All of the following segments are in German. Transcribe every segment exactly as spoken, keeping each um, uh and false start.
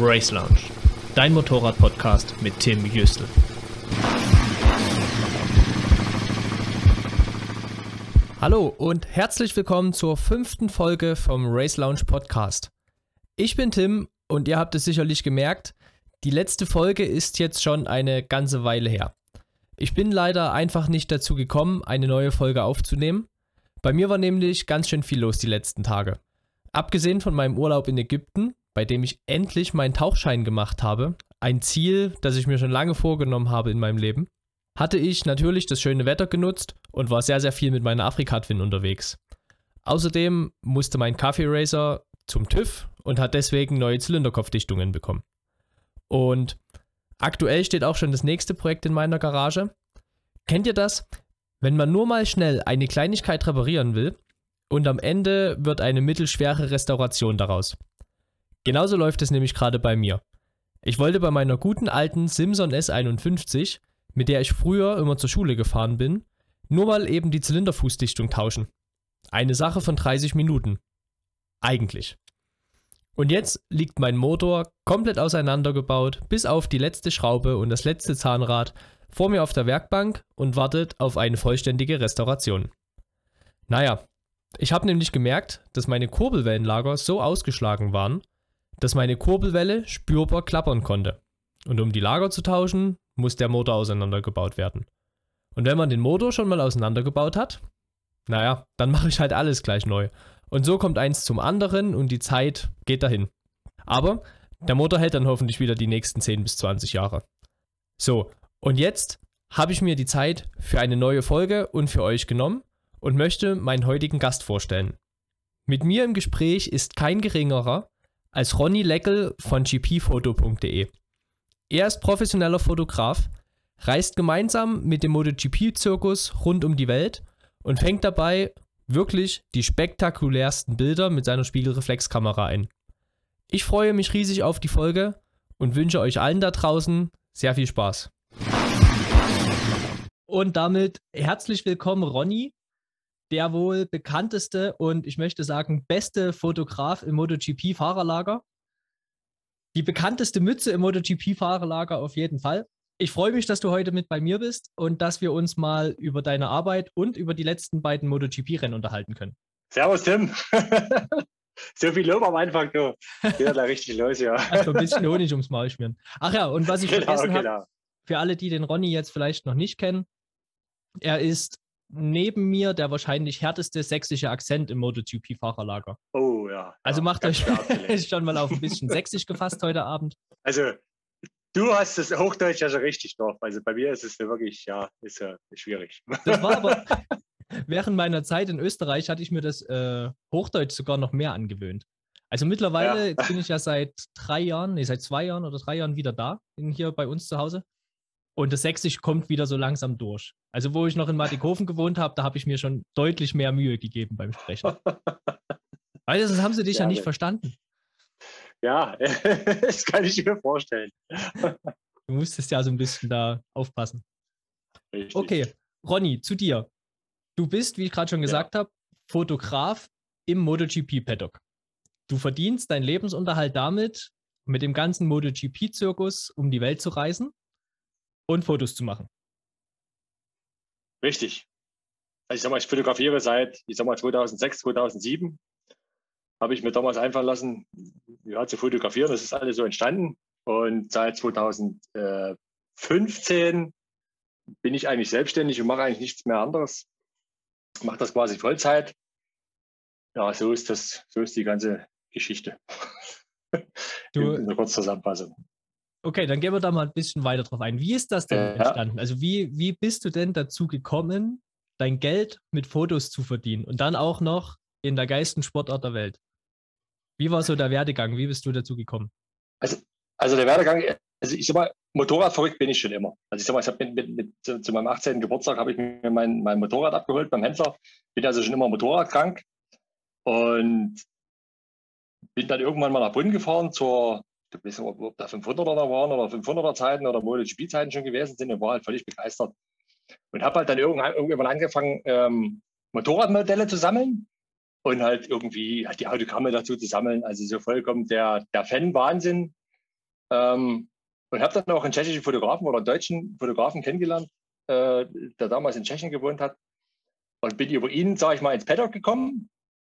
Race Lounge, dein Motorrad-Podcast mit Tim Jöstl. Hallo und herzlich willkommen zur fünften Folge vom Race Lounge Podcast. Ich bin Tim und ihr habt es sicherlich gemerkt, die letzte Folge ist jetzt schon eine ganze Weile her. Ich bin leider einfach nicht dazu gekommen, eine neue Folge aufzunehmen. Bei mir war nämlich ganz schön viel los die letzten Tage. Abgesehen von meinem Urlaub in Ägypten, bei dem ich endlich meinen Tauchschein gemacht habe, ein Ziel, das ich mir schon lange vorgenommen habe in meinem Leben, hatte ich natürlich das schöne Wetter genutzt und war sehr, sehr viel mit meiner Afrika-Twin unterwegs. Außerdem musste mein Cafe Racer zum TÜV und hat deswegen neue Zylinderkopfdichtungen bekommen. Und aktuell steht auch schon das nächste Projekt in meiner Garage. Kennt ihr das? Wenn man nur mal schnell eine Kleinigkeit reparieren will und am Ende wird eine mittelschwere Restauration daraus. Genauso läuft es nämlich gerade bei mir. Ich wollte bei meiner guten alten Simson S einundfünfzig, mit der ich früher immer zur Schule gefahren bin, nur mal eben die Zylinderfußdichtung tauschen. Eine Sache von dreißig Minuten. Eigentlich. Und jetzt liegt mein Motor komplett auseinandergebaut, bis auf die letzte Schraube und das letzte Zahnrad vor mir auf der Werkbank und wartet auf eine vollständige Restauration. Naja, ich habe nämlich gemerkt, dass meine Kurbelwellenlager so ausgeschlagen waren, dass meine Kurbelwelle spürbar klappern konnte. Und um die Lager zu tauschen, muss der Motor auseinandergebaut werden. Und wenn man den Motor schon mal auseinandergebaut hat, naja, dann mache ich halt alles gleich neu. Und so kommt eins zum anderen und die Zeit geht dahin. Aber der Motor hält dann hoffentlich wieder die nächsten zehn bis zwanzig Jahre. So, und jetzt habe ich mir die Zeit für eine neue Folge und für euch genommen und möchte meinen heutigen Gast vorstellen. Mit mir im Gespräch ist kein geringerer als Ronny Leckel von G P Photo punkt de. Er ist professioneller Fotograf, reist gemeinsam mit dem MotoGP-Zirkus rund um die Welt und fängt dabei wirklich die spektakulärsten Bilder mit seiner Spiegelreflexkamera ein. Ich freue mich riesig auf die Folge und wünsche euch allen da draußen sehr viel Spaß. Und damit herzlich willkommen, Ronny, der wohl bekannteste und ich möchte sagen beste Fotograf im MotoGP-Fahrerlager. Die bekannteste Mütze im MotoGP-Fahrerlager auf jeden Fall. Ich freue mich, dass du heute mit bei mir bist und dass wir uns mal über deine Arbeit und über die letzten beiden MotoGP-Rennen unterhalten können. Servus, Tim. So viel Lob am Anfang, du. Geht da richtig los, ja. Also ein bisschen Honig ums Maul schmieren. Ach ja, und was ich genau, vergessen genau. habe, für alle, die den Ronny jetzt vielleicht noch nicht kennen, er ist neben mir der wahrscheinlich härteste sächsische Akzent im MotoGP-Fahrerlager. Oh ja. Also ja, macht euch schon mal auf ein bisschen sächsisch gefasst heute Abend. Also, du hast das Hochdeutsch ja schon richtig drauf. Also bei mir ist es wirklich, ja, ist ja schwierig. Das war aber, während meiner Zeit in Österreich hatte ich mir das äh, Hochdeutsch sogar noch mehr angewöhnt. Also mittlerweile, Ja. jetzt bin ich ja seit drei Jahren, nee, seit zwei Jahren oder drei Jahren wieder da, in, hier bei uns zu Hause. Und das Sächsisch kommt wieder so langsam durch. Also wo ich noch in Mattighofen gewohnt habe, da habe ich mir schon deutlich mehr Mühe gegeben beim Sprechen. Also das haben sie dich ja, ja nicht verstanden. Ja, das kann ich mir vorstellen. Du musstest ja so ein bisschen da aufpassen. Richtig. Okay, Ronny, zu dir. Du bist, wie ich gerade schon gesagt ja. habe, Fotograf im MotoGP-Paddock. Du verdienst deinen Lebensunterhalt damit, mit dem ganzen MotoGP-Zirkus um die Welt zu reisen und Fotos zu machen. Richtig. Also ich sag mal, ich fotografiere seit, ich sag mal, zweitausendsechs, zweitausendsieben. Habe ich mir damals einfallen lassen, ja, zu fotografieren. Das ist alles so entstanden. Und seit zweitausendfünfzehn bin ich eigentlich selbstständig und mache eigentlich nichts mehr anderes. Mache das quasi Vollzeit. Ja, so ist das, so ist die ganze Geschichte. Du, in einer kurzen Zusammenfassung. Okay, dann gehen wir da mal ein bisschen weiter drauf ein. Wie ist das denn ja. entstanden? Also wie, wie bist du denn dazu gekommen, dein Geld mit Fotos zu verdienen und dann auch noch in der geilsten Sportart der Welt? Wie war so der Werdegang? Wie bist du dazu gekommen? Also, also der Werdegang, also ich sag mal, Motorradverrückt bin ich schon immer. Also ich sag mal, ich habe mit, mit, mit, zu, zu meinem achtzehnten Geburtstag habe ich mir mein, mein Motorrad abgeholt beim Händler. Bin also schon immer motorradkrank und bin dann irgendwann mal nach Brünn gefahren zur, ich weiß nicht, ob da fünfhunderter waren oder fünfhunderter Zeiten oder MotoGP-Zeiten schon gewesen sind und war halt völlig begeistert. Und habe halt dann irgendwann, irgendwann angefangen, ähm, Motorradmodelle zu sammeln und halt irgendwie halt die Autogramme dazu zu sammeln. Also so vollkommen der, der Fan-Wahnsinn. Ähm, und habe dann auch einen tschechischen Fotografen oder einen deutschen Fotografen kennengelernt, äh, der damals in Tschechien gewohnt hat. Und bin über ihn, sage ich mal, ins Paddock gekommen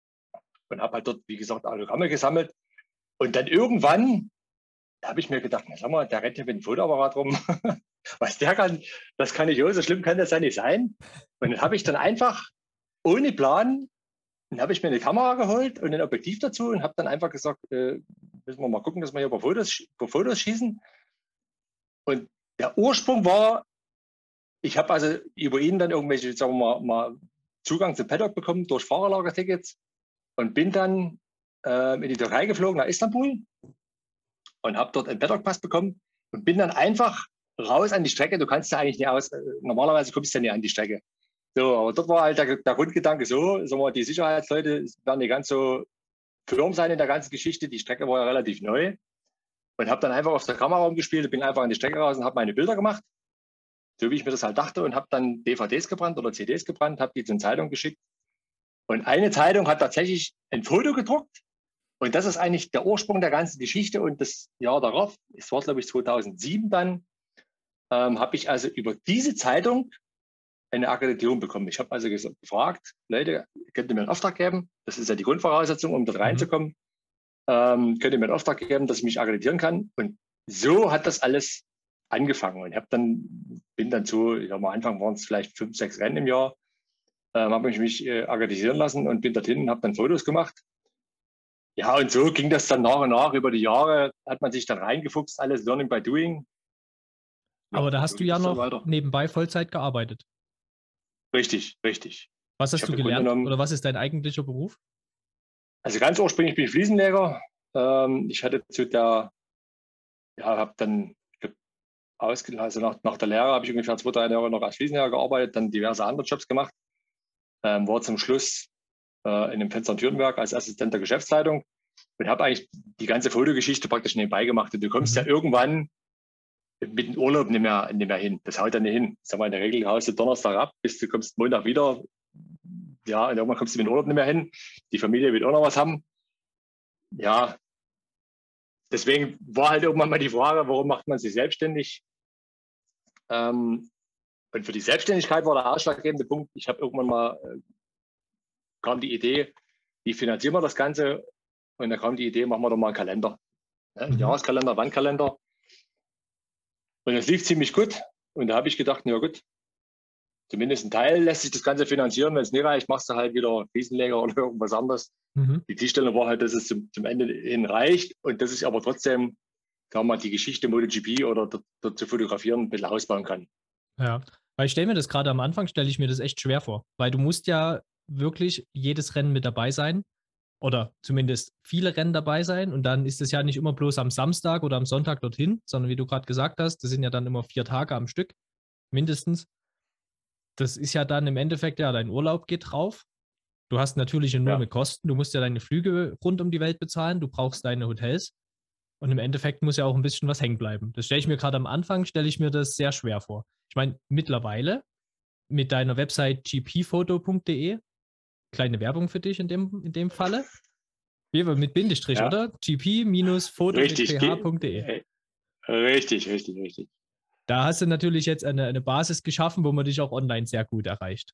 und habe halt dort, wie gesagt, Autogramme gesammelt. Und dann irgendwann habe ich mir gedacht, na sag mal, der rennt hier mit dem Fotoapparat rum. Was der kann, das kann ich auch, so schlimm kann das ja nicht sein. Und dann habe ich dann einfach ohne Plan, dann habe ich mir eine Kamera geholt und ein Objektiv dazu und habe dann einfach gesagt, äh, müssen wir mal gucken, dass wir hier ein paar Fotos, ein paar Fotos schießen. Und der Ursprung war, ich habe also über ihn dann irgendwelche, sagen wir mal, mal Zugang zum Paddock bekommen durch Fahrerlagertickets und bin dann äh, in die Türkei geflogen, nach Istanbul und habe dort einen Paddock-Pass bekommen und bin dann einfach raus an die Strecke. Du kannst ja eigentlich nicht aus, äh, normalerweise kommst du ja nicht an die Strecke. So, aber dort war halt der, der Grundgedanke so, sagen wir, die Sicherheitsleute werden nicht ganz so firm sein in der ganzen Geschichte. Die Strecke war ja relativ neu und habe dann einfach auf der Kamera rumgespielt, bin einfach an die Strecke raus und habe meine Bilder gemacht, so wie ich mir das halt dachte, und habe dann D V Ds gebrannt oder C Ds gebrannt, habe die zur Zeitung geschickt. Und eine Zeitung hat tatsächlich ein Foto gedruckt. Und das ist eigentlich der Ursprung der ganzen Geschichte. Und das Jahr darauf, es war glaube ich zweitausendsieben dann, ähm, habe ich also über diese Zeitung eine Akkreditierung bekommen. Ich habe also gefragt, Leute, könnt ihr mir einen Auftrag geben? Das ist ja die Grundvoraussetzung, um dort reinzukommen. Ähm, könnt ihr mir einen Auftrag geben, dass ich mich akkreditieren kann? Und so hat das alles angefangen. Und ich habe dann, bin dann so, ich am Anfang waren es vielleicht fünf, sechs Rennen im Jahr, ähm, habe ich mich äh, akkreditieren lassen und bin dorthin und habe dann Fotos gemacht. Ja, und so ging das dann nach und nach über die Jahre, hat man sich dann reingefuchst, alles Learning by Doing. Ja, aber da hast so du ja noch nebenbei Vollzeit gearbeitet. Richtig, richtig. Was hast du gelernt genommen, oder was ist dein eigentlicher Beruf? Also ganz ursprünglich bin ich Fliesenleger. Ähm, ich hatte zu der, ja, habe dann ausgelassen, also nach, nach der Lehre habe ich ungefähr zwei, drei Jahre noch als Fliesenleger gearbeitet, dann diverse andere Jobs gemacht. Ähm, war zum Schluss äh, in einem Fenster- und Türenwerk als Assistent der Geschäftsleitung und habe eigentlich die ganze Fotogeschichte praktisch nebenbei gemacht. Und du kommst mhm. ja irgendwann mit dem Urlaub nicht mehr, nicht mehr hin. Das haut dann nicht hin. Sag mal, in der Regel haust du Donnerstag ab, bis du kommst Montag wieder. Ja, und irgendwann kommst du mit dem Urlaub nicht mehr hin. Die Familie will auch noch was haben. Ja, deswegen war halt irgendwann mal die Frage, warum macht man sich selbstständig? Ähm, und für die Selbstständigkeit war der ausschlaggebende Punkt. Ich habe irgendwann mal, äh, kam die Idee, wie finanzieren wir das Ganze? Und dann kam die Idee, machen wir doch mal einen Kalender. Ja, einen mhm. Jahreskalender, Wandkalender. Und das lief ziemlich gut. Und da habe ich gedacht, na gut, zumindest ein Teil lässt sich das Ganze finanzieren. Wenn es nicht reicht, machst du halt wieder Fliesenleger oder irgendwas anderes. Mhm. Die Zielstellung war halt, dass es zum, zum Ende hin reicht. Und dass ich aber trotzdem, kann man die Geschichte MotoGP oder dort, dort zu fotografieren ein bisschen ausbauen kann. Ja, weil ich stelle mir das gerade am Anfang, stelle ich mir das echt schwer vor. Weil du musst ja wirklich jedes Rennen mit dabei sein. Oder zumindest viele Rennen dabei sein. Und dann ist es ja nicht immer bloß am Samstag oder am Sonntag dorthin, sondern wie du gerade gesagt hast, das sind ja dann immer vier Tage am Stück, mindestens. Das ist ja dann im Endeffekt, ja, dein Urlaub geht drauf. Du hast natürlich enorme ja. Kosten. Du musst ja deine Flüge rund um die Welt bezahlen. Du brauchst deine Hotels. Und im Endeffekt muss ja auch ein bisschen was hängen bleiben. Das stelle ich mir gerade am Anfang, stelle ich mir das sehr schwer vor. Ich meine, mittlerweile mit deiner Website g p photo punkt de, kleine Werbung für dich in dem, in dem Falle. Wie mit Bindestrich, ja. oder? g p photo punkt de. Richtig, richtig, richtig. Da hast du natürlich jetzt eine, eine Basis geschaffen, wo man dich auch online sehr gut erreicht.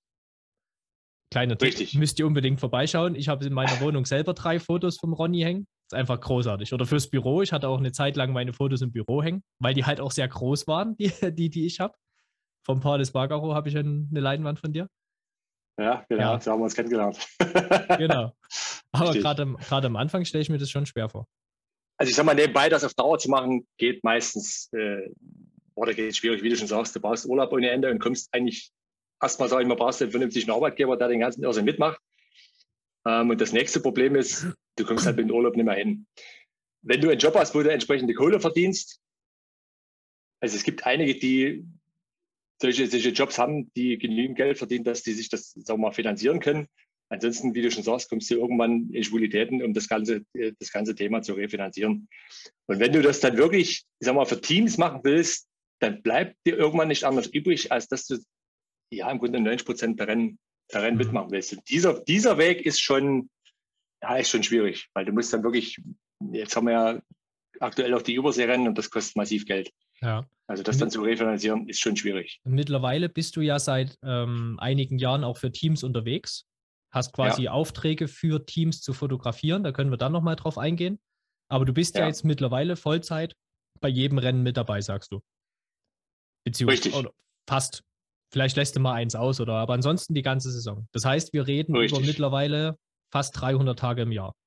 Kleiner Tipp, richtig. Müsst ihr unbedingt vorbeischauen. Ich habe in meiner Wohnung selber drei Fotos vom Ronny hängen. Das ist einfach großartig. Oder fürs Büro. Ich hatte auch eine Zeit lang meine Fotos im Büro hängen, weil die halt auch sehr groß waren, die, die, die ich habe. Vom Paul Espargaro habe ich eine Leinwand von dir. Ja, genau. Ja. So haben wir uns kennengelernt. Genau. Aber gerade am Anfang stelle ich mir das schon schwer vor. Also ich sag mal, nebenbei das auf Dauer zu machen, geht meistens, äh, oder geht schwierig, wie du schon sagst, du brauchst Urlaub ohne Ende und kommst eigentlich, erstmal sage ich mal, brauchst du einen vernünftigen Arbeitgeber, der den ganzen Irrsinn mitmacht. Ähm, und das nächste Problem ist, du kommst halt mit dem Urlaub nicht mehr hin. Wenn du einen Job hast, wo du entsprechende Kohle verdienst, also es gibt einige, die solche, solche Jobs haben, die genügend Geld verdienen, dass die sich das, sagen wir mal, finanzieren können. Ansonsten, wie du schon sagst, kommst du irgendwann in Schwulitäten, um das ganze, das ganze Thema zu refinanzieren. Und wenn du das dann wirklich, ich sag mal, für Teams machen willst, dann bleibt dir irgendwann nicht anders übrig, als dass du ja im Grunde neunzig Prozent der Rennen, der Rennen mhm. mitmachen willst. Und dieser, dieser Weg ist schon, ja, ist schon schwierig, weil du musst dann wirklich, jetzt haben wir ja aktuell auf die Überseerennen und das kostet massiv Geld. Ja. Also das dann zu refinanzieren, ist schon schwierig. Mittlerweile bist du ja seit ähm, einigen Jahren auch für Teams unterwegs, hast quasi Ja. Aufträge für Teams zu fotografieren, da können wir dann nochmal drauf eingehen. Aber du bist ja. ja jetzt mittlerweile Vollzeit bei jedem Rennen mit dabei, sagst du. Beziehungsweise oder fast. Vielleicht lässt du mal eins aus, oder aber ansonsten die ganze Saison. Das heißt, wir reden Richtig. über mittlerweile fast dreihundert Tage im Jahr.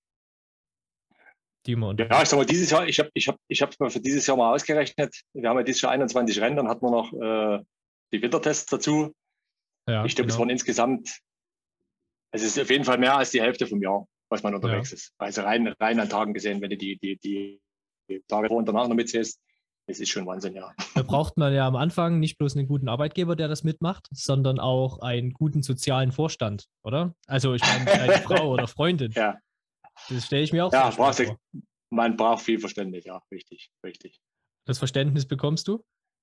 Die wir ja, ich sag mal, dieses Jahr, ich habe ich hab, ich hab mal für dieses Jahr mal ausgerechnet. Wir haben ja dieses Jahr einundzwanzig Rennen, dann hatten wir noch äh, die Wintertests dazu. Ja, ich glaube, genau. Es waren insgesamt, es ist auf jeden Fall mehr als die Hälfte vom Jahr, was man unterwegs ja. ist. Also rein, rein an Tagen gesehen, wenn du die, die, die, die Tage vor und danach noch mitzählst, das ist schon Wahnsinn, ja. Da braucht man ja am Anfang nicht bloß einen guten Arbeitgeber, der das mitmacht, sondern auch einen guten sozialen Vorstand, oder? Also ich meine, deine Frau oder Freundin. Ja. Das stelle ich mir auch ja, sehr schwer vor. Man braucht viel Verständnis, ja, richtig, richtig. Das Verständnis bekommst du?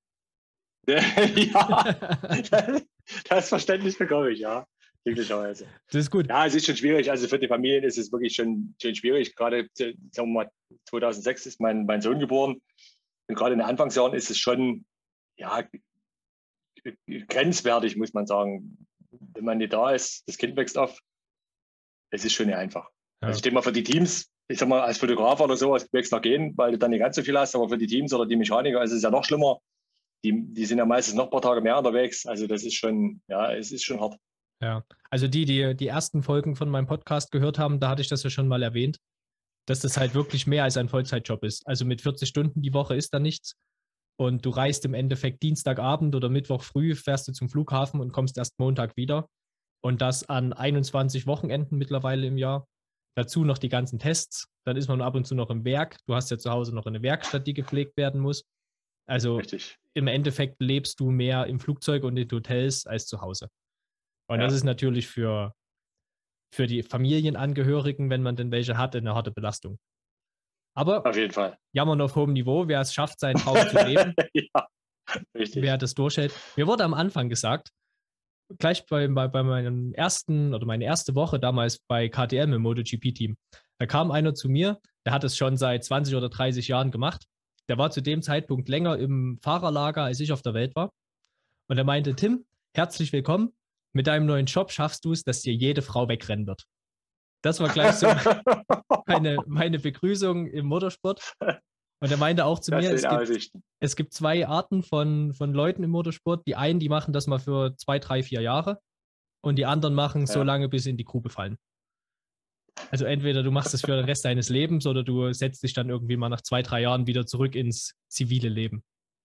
Ja, das Verständnis bekomme ich, ja, glücklicherweise. Das ist gut. Ja, es ist schon schwierig, also für die Familien ist es wirklich schon, schon schwierig. Gerade, sagen wir mal, zweitausendsechs ist mein, mein Sohn geboren und gerade in den Anfangsjahren ist es schon, ja, grenzwertig, muss man sagen. Wenn man nicht da ist, das Kind wächst auf, es ist schon nicht einfach. Ja. Also ich denke mal, für die Teams, ich sag mal, als Fotograf oder so, es wächst noch gehen, weil du dann nicht ganz so viel hast, aber für die Teams oder die Mechaniker ist es ja noch schlimmer. Die, die sind ja meistens noch ein paar Tage mehr unterwegs. Also das ist schon, ja, es ist schon hart. Ja, also die, die die ersten Folgen von meinem Podcast gehört haben, da hatte ich das ja schon mal erwähnt, dass das halt wirklich mehr als ein Vollzeitjob ist. Also mit vierzig Stunden die Woche ist da nichts. Und du reist im Endeffekt Dienstagabend oder Mittwoch früh, fährst du zum Flughafen und kommst erst Montag wieder. Und das an einundzwanzig Wochenenden mittlerweile im Jahr. Dazu noch die ganzen Tests. Dann ist man ab und zu noch im Werk. Du hast ja zu Hause noch eine Werkstatt, die gepflegt werden muss. Also Richtig. Im Endeffekt lebst du mehr im Flugzeug und in Hotels als zu Hause. Und ja. das ist natürlich für, für die Familienangehörigen, wenn man denn welche hat, eine harte Belastung. Aber auf jeden Fall. Jammern auf hohem Niveau, wer es schafft, seinen Traum zu leben, ja, richtig. Wer das durchhält. Mir wurde am Anfang gesagt, gleich bei, bei, bei meinem ersten oder meine erste Woche damals bei K T M im MotoGP-Team, da kam einer zu mir, der hat es schon seit zwanzig oder dreißig Jahren gemacht. Der war zu dem Zeitpunkt länger im Fahrerlager, als ich auf der Welt war. Und er meinte, Tim, herzlich willkommen. Mit deinem neuen Job schaffst du es, dass dir jede Frau wegrennen wird. Das war gleich so meine, meine Begrüßung im Motorsport. Und er meinte auch zu das mir, es gibt, es gibt zwei Arten von, von Leuten im Motorsport. Die einen, die machen das mal für zwei, drei, vier Jahre. Und die anderen machen ja. so lange, bis sie in die Grube fallen. Also entweder du machst das für den Rest deines Lebens oder du setzt dich dann irgendwie mal nach zwei, drei Jahren wieder zurück ins zivile Leben.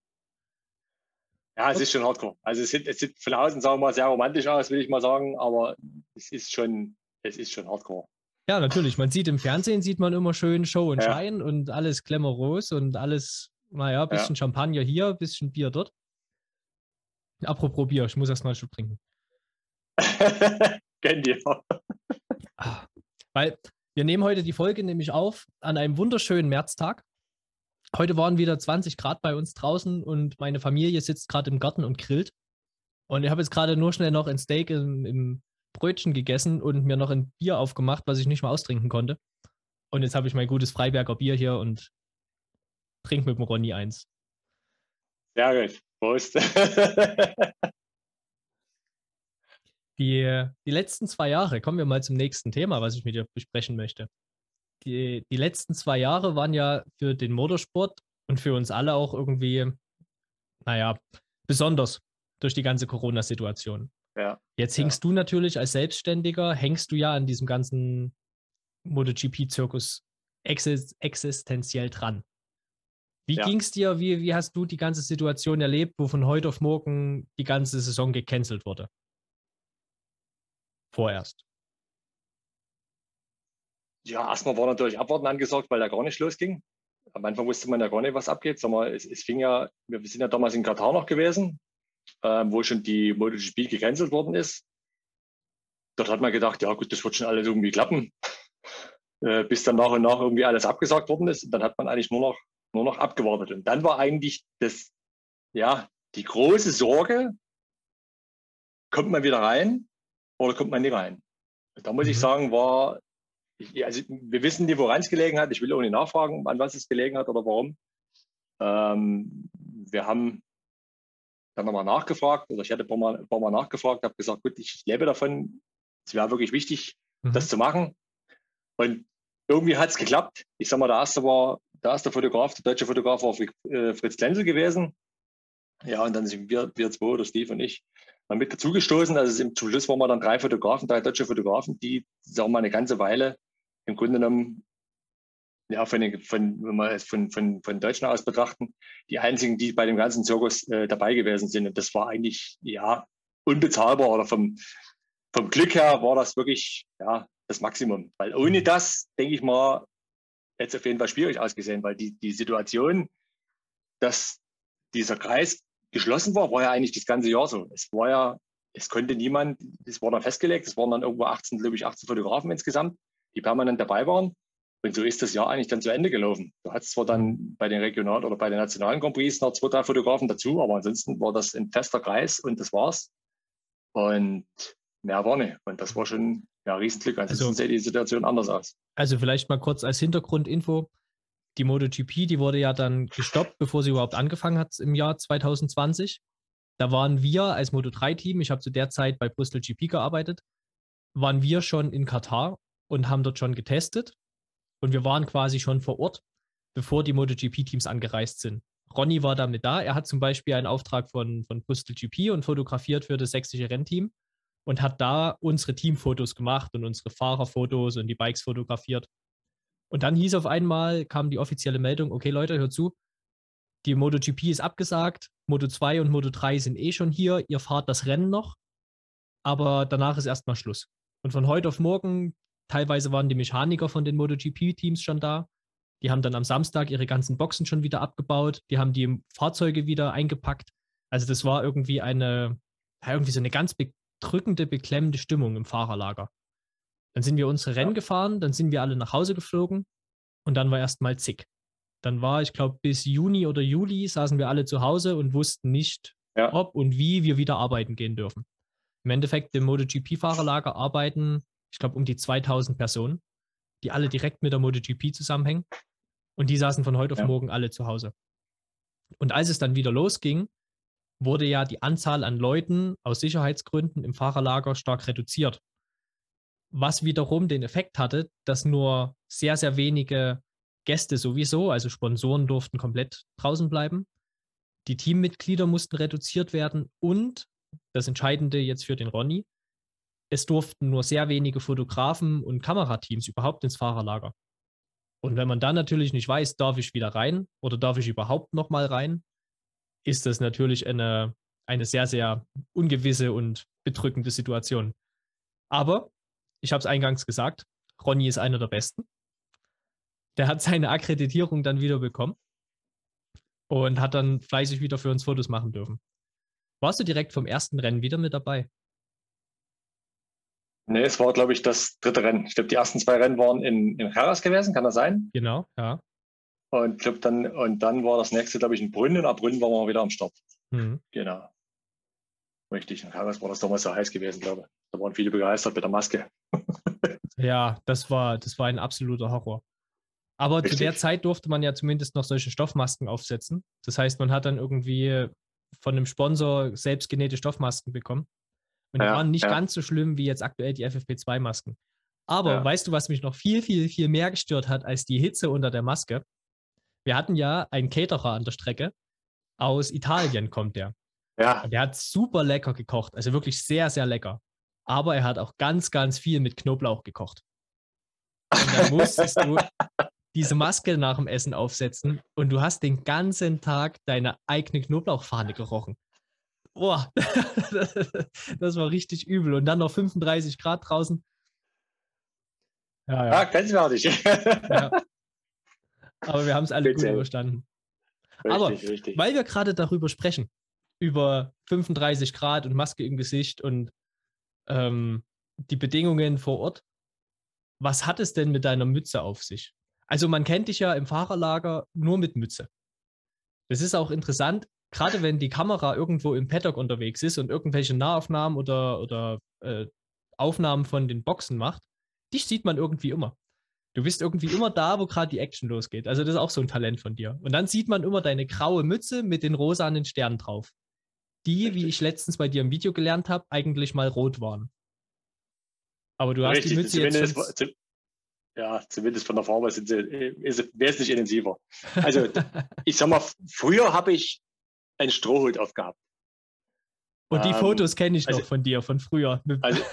Ja, es ist schon hardcore. Also es sieht, es sieht von außen, sagen wir mal, sehr romantisch aus, will ich mal sagen, aber es ist schon, es ist schon hardcore. Ja, natürlich. Man sieht im Fernsehen, sieht man immer schön Show und ja. Schein und alles glamourös und alles, naja, bisschen ja. Champagner hier, bisschen Bier dort. Apropos Bier, ich muss erst mal einen Schluck trinken. Kenn dir. Weil wir nehmen heute die Folge nämlich auf an einem wunderschönen Märztag. Heute waren wieder zwanzig Grad bei uns draußen und meine Familie sitzt gerade im Garten und grillt. Und ich habe jetzt gerade nur schnell noch ein Steak im, im Brötchen gegessen und mir noch ein Bier aufgemacht, was ich nicht mal austrinken konnte. Und jetzt habe ich mein gutes Freiberger Bier hier und trinke mit dem Ronny eins. Sehr gut. Prost. Die, die letzten zwei Jahre, kommen wir mal zum nächsten Thema, was ich mit dir besprechen möchte. Die, die letzten zwei Jahre waren ja für den Motorsport und für uns alle auch irgendwie, naja, besonders durch die ganze Corona-Situation. Ja. Jetzt hängst ja. du natürlich als Selbstständiger, hängst du ja an diesem ganzen MotoGP-Zirkus exist existenziell dran. Wie ja. ging es dir, wie, wie hast du die ganze Situation erlebt, wo von heute auf morgen die ganze Saison gecancelt wurde? Vorerst. Ja, erstmal war natürlich Abwarten angesagt, weil da gar nicht losging. Am Anfang wusste man ja gar nicht, was abgeht. Sag mal, es, es fing ja, wir sind ja damals in Katar noch gewesen, ähm, wo schon die MotoGP gecancelt worden ist. Dort hat man gedacht, ja gut, das wird schon alles irgendwie klappen. Äh, bis dann nach und nach irgendwie alles abgesagt worden ist. Und dann hat man eigentlich nur noch, nur noch abgewartet. Und dann war eigentlich das, ja, die große Sorge, kommt man wieder rein oder kommt man nicht rein? Da muss mhm. ich sagen, war ich, also wir wissen nicht, woran es gelegen hat. Ich will auch nicht nachfragen, an was es gelegen hat oder warum. Ähm, wir haben dann nochmal nachgefragt, oder ich hatte ein paar Mal, ein paar Mal nachgefragt, habe gesagt, gut, ich lebe davon, es wäre wirklich wichtig, mhm. das zu machen. Und irgendwie hat es geklappt. Ich sag mal, der erste war, der erste Fotograf, der deutsche Fotograf war Fritz Klenzel gewesen. Ja, und dann sind wir, wir zwei, oder Steve und ich, mal mit dazugestoßen. Also zum Schluss waren wir dann drei Fotografen, drei deutsche Fotografen, die, sagen wir mal, eine ganze Weile im Grunde genommen, ja, von, den, von, wenn wir es von, von, von Deutschland aus betrachten, die einzigen, die bei dem ganzen Zirkus äh, dabei gewesen sind. Und das war eigentlich, ja, unbezahlbar, oder vom, vom Glück her war das wirklich, ja, das Maximum. Weil ohne das, denke ich mal, hätte es auf jeden Fall schwierig ausgesehen, weil die, die Situation, dass dieser Kreis geschlossen war, war ja eigentlich das ganze Jahr so. Es war ja, es konnte niemand, es war dann festgelegt, es waren dann irgendwo achtzehn, glaube ich, achtzehn Fotografen insgesamt, die permanent dabei waren. Und so ist das Jahr eigentlich dann zu Ende gelaufen. Du hattest zwar dann bei den regionalen oder bei den nationalen Grand Prix noch zwei, drei Fotografen dazu, aber ansonsten war das ein fester Kreis und das war's. Und mehr war nicht. Und das war schon ja, Riesenglück. Ansonsten also, sieht die Situation anders aus. Also vielleicht mal kurz als Hintergrundinfo. Die MotoGP, die wurde ja dann gestoppt, bevor sie überhaupt angefangen hat im Jahr zwanzig zwanzig. Da waren wir als Moto drei Team, ich habe zu der Zeit bei Bristol G P gearbeitet, waren wir schon in Katar und haben dort schon getestet. Und wir waren quasi schon vor Ort, bevor die MotoGP-Teams angereist sind. Ronny war da mit da. Er hat zum Beispiel einen Auftrag von, von Bristol G P und fotografiert für das sächsische Rennteam und hat da unsere Teamfotos gemacht und unsere Fahrerfotos und die Bikes fotografiert. Und dann hieß auf einmal, kam die offizielle Meldung, okay Leute, hört zu, die MotoGP ist abgesagt, Moto zwei und Moto drei sind eh schon hier, ihr fahrt das Rennen noch, aber danach ist erstmal Schluss. Und von heute auf morgen, teilweise waren die Mechaniker von den MotoGP-Teams schon da, die haben dann am Samstag ihre ganzen Boxen schon wieder abgebaut, die haben die Fahrzeuge wieder eingepackt. Also das war irgendwie eine, irgendwie so eine ganz bedrückende, beklemmende Stimmung im Fahrerlager. Dann sind wir unsere Rennen ja. gefahren, dann sind wir alle nach Hause geflogen und dann war erstmal zick. Dann war, ich glaube, bis Juni oder Juli saßen wir alle zu Hause und wussten nicht, ja. ob und wie wir wieder arbeiten gehen dürfen. Im Endeffekt im MotoGP-Fahrerlager arbeiten, ich glaube, um die zweitausend Personen, die alle direkt mit der MotoGP zusammenhängen. Und die saßen von heute auf ja. morgen alle zu Hause. Und als es dann wieder losging, wurde ja die Anzahl an Leuten aus Sicherheitsgründen im Fahrerlager stark reduziert. Was wiederum den Effekt hatte, dass nur sehr, sehr wenige Gäste sowieso, also Sponsoren durften komplett draußen bleiben. Die Teammitglieder mussten reduziert werden und, das Entscheidende jetzt für den Ronny, es durften nur sehr wenige Fotografen und Kamerateams überhaupt ins Fahrerlager. Und wenn man dann natürlich nicht weiß, darf ich wieder rein oder darf ich überhaupt noch mal rein, ist das natürlich eine, eine sehr, sehr ungewisse und bedrückende Situation. Aber ich habe es eingangs gesagt, Ronny ist einer der Besten. Der hat seine Akkreditierung dann wieder bekommen und hat dann fleißig wieder für uns Fotos machen dürfen. Warst du direkt vom ersten Rennen wieder mit dabei? Nee, es war, glaube ich, das dritte Rennen. Ich glaube, die ersten zwei Rennen waren in, in Jerez gewesen, kann das sein? Genau, ja. Und, glaub, dann, und dann war das nächste, glaube ich, in Brünn. Und ab Brünn waren wir wieder am Start. Mhm. Genau. Richtig. In Jerez war das damals so heiß gewesen, glaube ich. Da waren viele begeistert mit der Maske. Ja, das war, das war ein absoluter Horror. Aber Richtig. Zu der Zeit durfte man ja zumindest noch solche Stoffmasken aufsetzen. Das heißt, man hat dann irgendwie von einem Sponsor selbstgenähte Stoffmasken bekommen. Und die ja, waren nicht ja. ganz so schlimm wie jetzt aktuell die F F P zwei Masken. Aber ja. weißt du, was mich noch viel, viel, viel mehr gestört hat als die Hitze unter der Maske? Wir hatten ja einen Caterer an der Strecke. Aus Italien kommt der. Ja. Und der hat super lecker gekocht. Also wirklich sehr, sehr lecker. Aber er hat auch ganz, ganz viel mit Knoblauch gekocht. Und dann musstest du diese Maske nach dem Essen aufsetzen und du hast den ganzen Tag deine eigene Knoblauchfahne gerochen. Boah, das war richtig übel. Und dann noch fünfunddreißig Grad draußen. Ja, ja. ja grenzwertig. Ja. Aber wir haben es alle Bitte. gut überstanden. Richtig, Aber richtig. Weil wir gerade darüber sprechen, über fünfunddreißig Grad und Maske im Gesicht und ähm, die Bedingungen vor Ort, was hat es denn mit deiner Mütze auf sich? Also man kennt dich ja im Fahrerlager nur mit Mütze. Das ist auch interessant, gerade wenn die Kamera irgendwo im Paddock unterwegs ist und irgendwelche Nahaufnahmen oder, oder äh, Aufnahmen von den Boxen macht, dich sieht man irgendwie immer. Du bist irgendwie immer da, wo gerade die Action losgeht. Also das ist auch so ein Talent von dir. Und dann sieht man immer deine graue Mütze mit den rosanen Sternen drauf. Die, Richtig. wie ich letztens bei dir im Video gelernt habe, eigentlich mal rot waren. Aber du hast Richtig, die Mütze jetzt schon... zumindest, zu, ja, zumindest von der Farbe sind sie, ist sie wesentlich intensiver. Also ich sag mal, früher habe ich einen Strohhut aufgehabt. Und die ähm, Fotos kenne ich also, noch von dir, von früher. Also,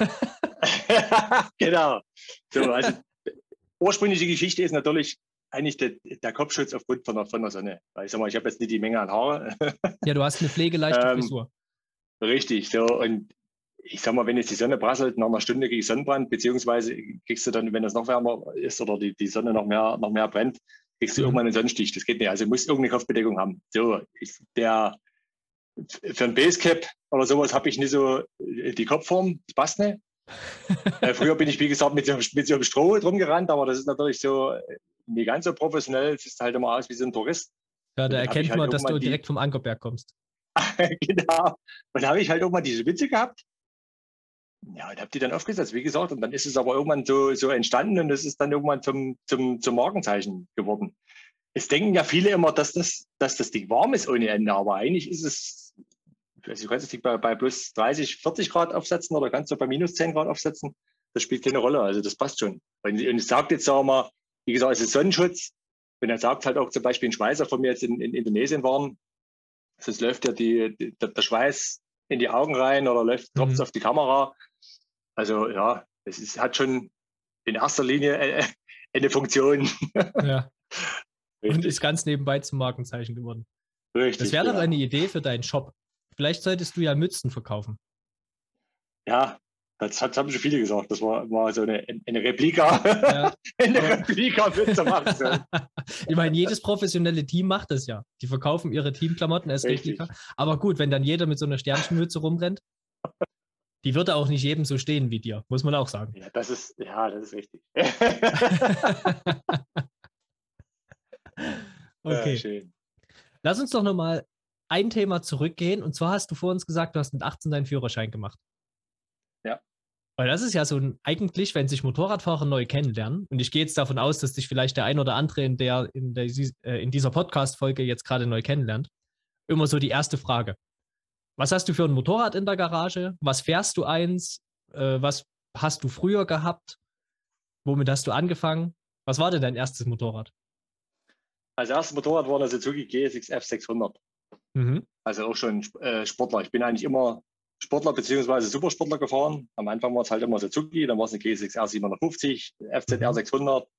genau. So, also ursprüngliche Geschichte ist natürlich eigentlich der, der Kopfschutz aufgrund von der, von der Sonne. Weil ich sag mal, ich habe jetzt nicht die Menge an Haare. Ja, du hast eine pflegeleichte ähm, Frisur. Richtig, so. Und ich sag mal, wenn jetzt die Sonne prasselt, nach einer Stunde kriege ich Sonnenbrand, beziehungsweise kriegst du dann, wenn es noch wärmer ist oder die, die Sonne noch mehr, noch mehr brennt, kriegst du Mhm. irgendwann einen Sonnenstich. Das geht nicht. Also du musst irgendeine Kopfbedeckung haben. So, ich, der, für ein Basecap oder sowas habe ich nicht so die Kopfform, das passt nicht. äh, früher bin ich, wie gesagt, mit so, mit so einem Stroh drum gerannt, aber das ist natürlich so nicht ganz so professionell. Es sieht halt immer aus wie so ein Tourist. Ja, da Und dann hab ich erkennt halt man, dass du irgendwann die- direkt vom Ankerberg kommst. Genau. Und da habe ich halt irgendwann diese Witze gehabt. Ja, und habe die dann aufgesetzt, wie gesagt. Und dann ist es aber irgendwann so, so entstanden und es ist dann irgendwann zum, zum, zum Markenzeichen geworden. Es denken ja viele immer, dass das, dass das Ding warm ist ohne Ende, aber eigentlich ist es, also du kannst das Ding bei, bei plus dreißig, vierzig Grad aufsetzen oder kannst du bei minus zehn Grad aufsetzen. Das spielt keine Rolle, also das passt schon. Und, und es sagt jetzt, sagen wir mal, wie gesagt, es ist Sonnenschutz. Und er sagt halt auch zum Beispiel ein Schweißer von mir jetzt in, in Indonesien waren, sonst läuft ja die, die, der Schweiß in die Augen rein oder läuft tropft Mhm. auf die Kamera. Also ja, es ist, hat schon in erster Linie äh, eine Funktion. Ja. Und Richtig, ist ganz nebenbei zum Markenzeichen geworden. richtig. Das wäre doch ja. eine Idee für deinen Shop. Vielleicht solltest du ja Mützen verkaufen. Ja, das, hat, das haben schon viele gesagt. Das war, war so eine, eine Replika. Ja. eine Aber- Replika mit zu machen. So. Ich meine, jedes professionelle Team macht das ja. Die verkaufen ihre Teamklamotten als Richtig. Replika. Aber gut, wenn dann jeder mit so einer Sternchenmütze rumrennt, die würde auch nicht jedem so stehen wie dir, muss man auch sagen. Ja, das ist, ja, das ist richtig. Okay. Ja, schön. Lass uns doch nochmal ein Thema zurückgehen. Und zwar hast du vor uns gesagt, du hast mit achtzehn deinen Führerschein gemacht. Ja. Weil das ist ja so ein, eigentlich, wenn sich Motorradfahrer neu kennenlernen, und ich gehe jetzt davon aus, dass dich vielleicht der ein oder andere in, der, in, der, äh, in dieser Podcast-Folge jetzt gerade neu kennenlernt, immer so die erste Frage. Was hast du für ein Motorrad in der Garage? Was fährst du eins? Äh, was hast du früher gehabt? Womit hast du angefangen? Was war denn dein erstes Motorrad? Als erstes Motorrad war eine Suzuki G S X F sechshundert. Mhm. Also auch schon äh, Sportler. Ich bin eigentlich immer Sportler bzw. Supersportler gefahren. Am Anfang war es halt immer Suzuki, dann war es eine G S X R siebenhundertfünfzig, F Z R Mhm. sechshundert.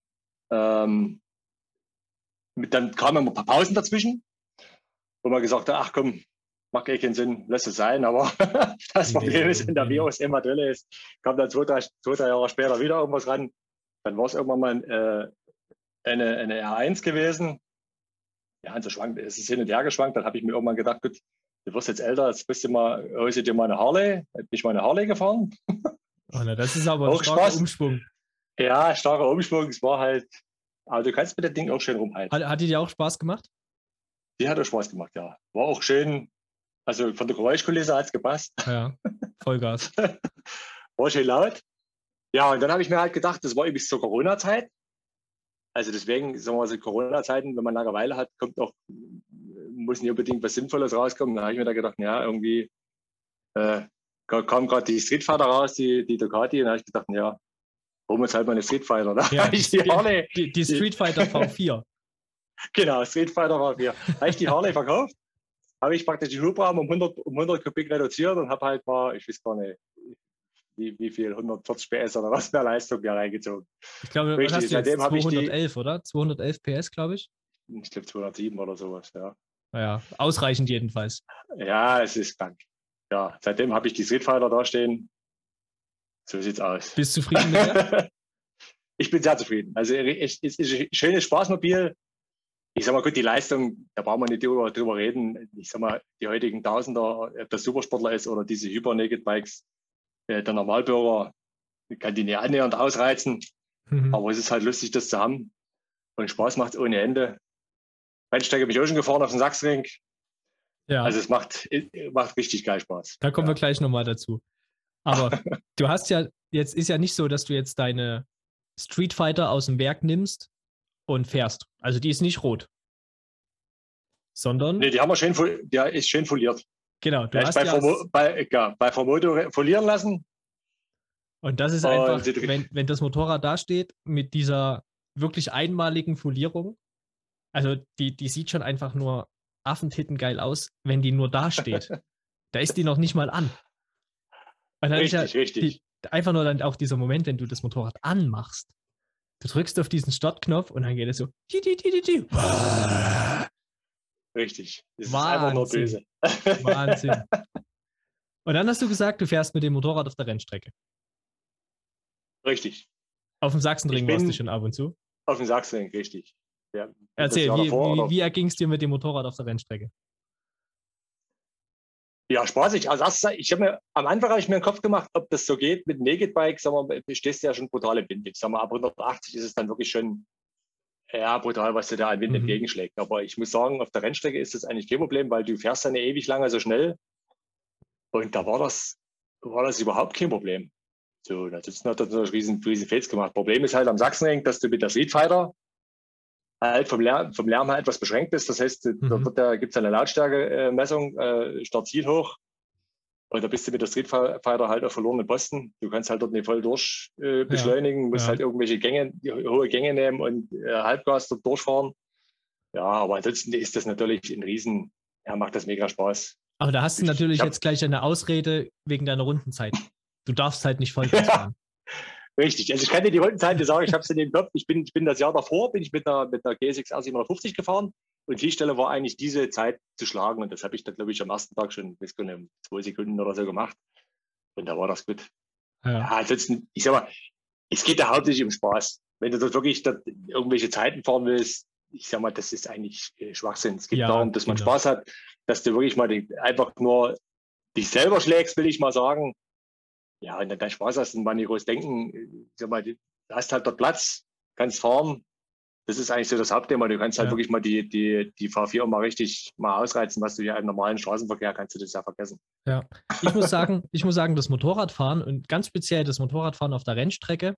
Ähm, mit, dann kamen immer ein paar Pausen dazwischen, wo man gesagt hat, ach komm, macht eh keinen Sinn, lass es sein. Aber das Problem Nee, ist, wenn der nee. Virus immer drin ist, kam dann zwei, drei, zwei, drei Jahre später wieder irgendwas ran. Dann war es irgendwann mal äh, eine, eine R eins gewesen. Ja, und so schwankt, es ist hin und her geschwankt. Dann habe ich mir irgendwann gedacht, gut, du wirst jetzt älter, jetzt bist du mal, holst du dir mal eine Harley. Bin ich mal eine Harley gefahren. Oh, na, das ist aber ein Auch starker Spaß. Umschwung. Ja, starker Umschwung. Es war halt, aber du kannst mit dem Ding auch schön rumhalten. Hat, hat die dir auch Spaß gemacht? Die hat auch Spaß gemacht, ja. War auch schön, also von der Geräuschkulisse hat es gepasst. Ja, Vollgas. War schön laut. Ja, und dann habe ich mir halt gedacht, das war übrigens zur Corona-Zeit. Also deswegen, sagen wir mal, so Corona-Zeiten, wenn man Langeweile hat, kommt auch, muss nicht unbedingt was Sinnvolles rauskommen. Da habe ich mir da gedacht, ja, irgendwie äh, kam gerade die Street Fighter raus, die, die Ducati, und da habe ich gedacht, ja, holen wir uns halt mal eine Street Fighter. Da Ja, habe ich die Harley, die, die Street Fighter V vier. genau, Street Fighter war mir. Da habe ich die Harley verkauft, habe ich praktisch den Hubraum um hundert, um hundert Kubik reduziert und habe halt mal, ich weiß gar nicht, wie, wie viel, hundertvierzig P S oder was mehr Leistung mir reingezogen. Ich glaube, was Richtig, hast du jetzt? seitdem habe ich die- zweihundertelf, oder? zweihundertelf P S, glaube ich. Ich glaube zweihundertsieben oder sowas, ja. Naja, ausreichend jedenfalls. Ja, es ist krank. Ja, seitdem habe ich die Street Fighter da stehen. So sieht's aus. Bist du zufrieden mit der? Ich bin sehr zufrieden. Also es ist ein schönes Spaßmobil. Ich sag mal, gut, die Leistung, da brauchen wir nicht drüber, drüber reden. Ich sag mal, die heutigen Tausender, ob das Supersportler ist oder diese Hyper-Naked-Bikes, äh, der Normalbürger kann die nicht annähernd ausreizen. Mhm. Aber es ist halt lustig, das zu haben. Und Spaß macht es ohne Ende. Rennstrecke bin ich auch schon gefahren auf dem Sachsenring. Ja, Also es macht, macht richtig geil Spaß. da kommen ja. wir gleich nochmal dazu. Aber du hast ja, jetzt ist ja nicht so, dass du jetzt deine Street Fighter aus dem Werk nimmst und fährst. Also die ist nicht rot. Sondern. Nee, die haben wir schön, der ist schön foliert. Genau, du der hast ist bei, ja Formo, bei, ja, bei Formodo folieren lassen. Und das ist und einfach, wenn, wenn das Motorrad da steht, mit dieser wirklich einmaligen Folierung, also die, die sieht schon einfach nur affentittengeil aus, wenn die nur da steht. Da ist die noch nicht mal an. Und dann richtig, ist ja richtig. Die, einfach nur dann auch dieser Moment, wenn du das Motorrad anmachst. Du drückst auf diesen Startknopf und dann geht es so. Di, di, di, di, di. Richtig. Das Wahnsinn. ist einfach nur böse. Wahnsinn. Und dann hast du gesagt, du fährst mit dem Motorrad auf der Rennstrecke. Richtig. Auf dem Sachsenring warst du schon ab und zu? Auf dem Sachsenring, richtig. Ja, Erzähl, wie, davor, wie, wie erging es dir mit dem Motorrad auf der Rennstrecke? Ja, spaßig. Also das, ich habe mir am Anfang habe ich mir einen Kopf gemacht, ob das so geht mit Naked Bike. Sag mal, du stehst ja schon brutal im Wind. Ich sag mal, ab hundertachtzig ist es dann wirklich schon ja, brutal, was dir da an Wind mhm. entgegenschlägt. Aber ich muss sagen, auf der Rennstrecke ist das eigentlich kein Problem, weil du fährst dann ewig lange so schnell. Und da war das, war das überhaupt kein Problem. So, da sitzen hat das natürlich riesen, riesen Fails gemacht. Problem ist halt am Sachsenring, dass du mit der Street Fighter halt vom Lärm, vom Lärm halt etwas beschränkt bist. Das heißt, mhm. da gibt es eine Lautstärke-Messung, äh, Start-Ziel hoch. Und da bist du mit der Street Fighter halt auf verlorenen Posten. Du kannst halt dort nicht voll durch äh, beschleunigen, ja. musst ja. halt irgendwelche Gänge, hohe Gänge nehmen und äh, Halbgas dort durchfahren. Ja, aber ansonsten ist das natürlich ein Riesen, ja, macht das mega Spaß. Aber da hast du natürlich ich, ich jetzt gleich eine Ausrede wegen deiner Rundenzeit. Du darfst halt nicht Vollgas fahren. Richtig, also ich kann dir die Rundenzeit sagen, ich habe es in dem Kopf, ich bin, ich bin das Jahr davor, bin ich mit einer, mit einer G S X R siebenhundertfünfzig gefahren und die Stelle war eigentlich diese Zeit zu schlagen und das habe ich dann, glaube ich, am ersten Tag schon bis in zwei Sekunden oder so gemacht und da war das gut. Ja, ja ansonsten, ich sag mal, es geht da hauptsächlich um Spaß. Wenn du dort wirklich dort irgendwelche Zeiten fahren willst, ich sag mal, das ist eigentlich äh, Schwachsinn. Es geht ja, darum, dass man genau. Spaß hat, dass du wirklich mal die, einfach nur dich selber schlägst, will ich mal sagen. Ja, und dann dein Spaß hast und mal nicht groß denken. Ich sag mal, du hast halt dort Platz, kannst fahren. Das ist eigentlich so das Hauptthema. Du kannst halt ja. wirklich mal die, die, die V vier mal richtig mal ausreizen, was du ja im normalen Straßenverkehr kannst du das ja vergessen. Ja, ich muss sagen, ich muss sagen, das Motorradfahren und ganz speziell das Motorradfahren auf der Rennstrecke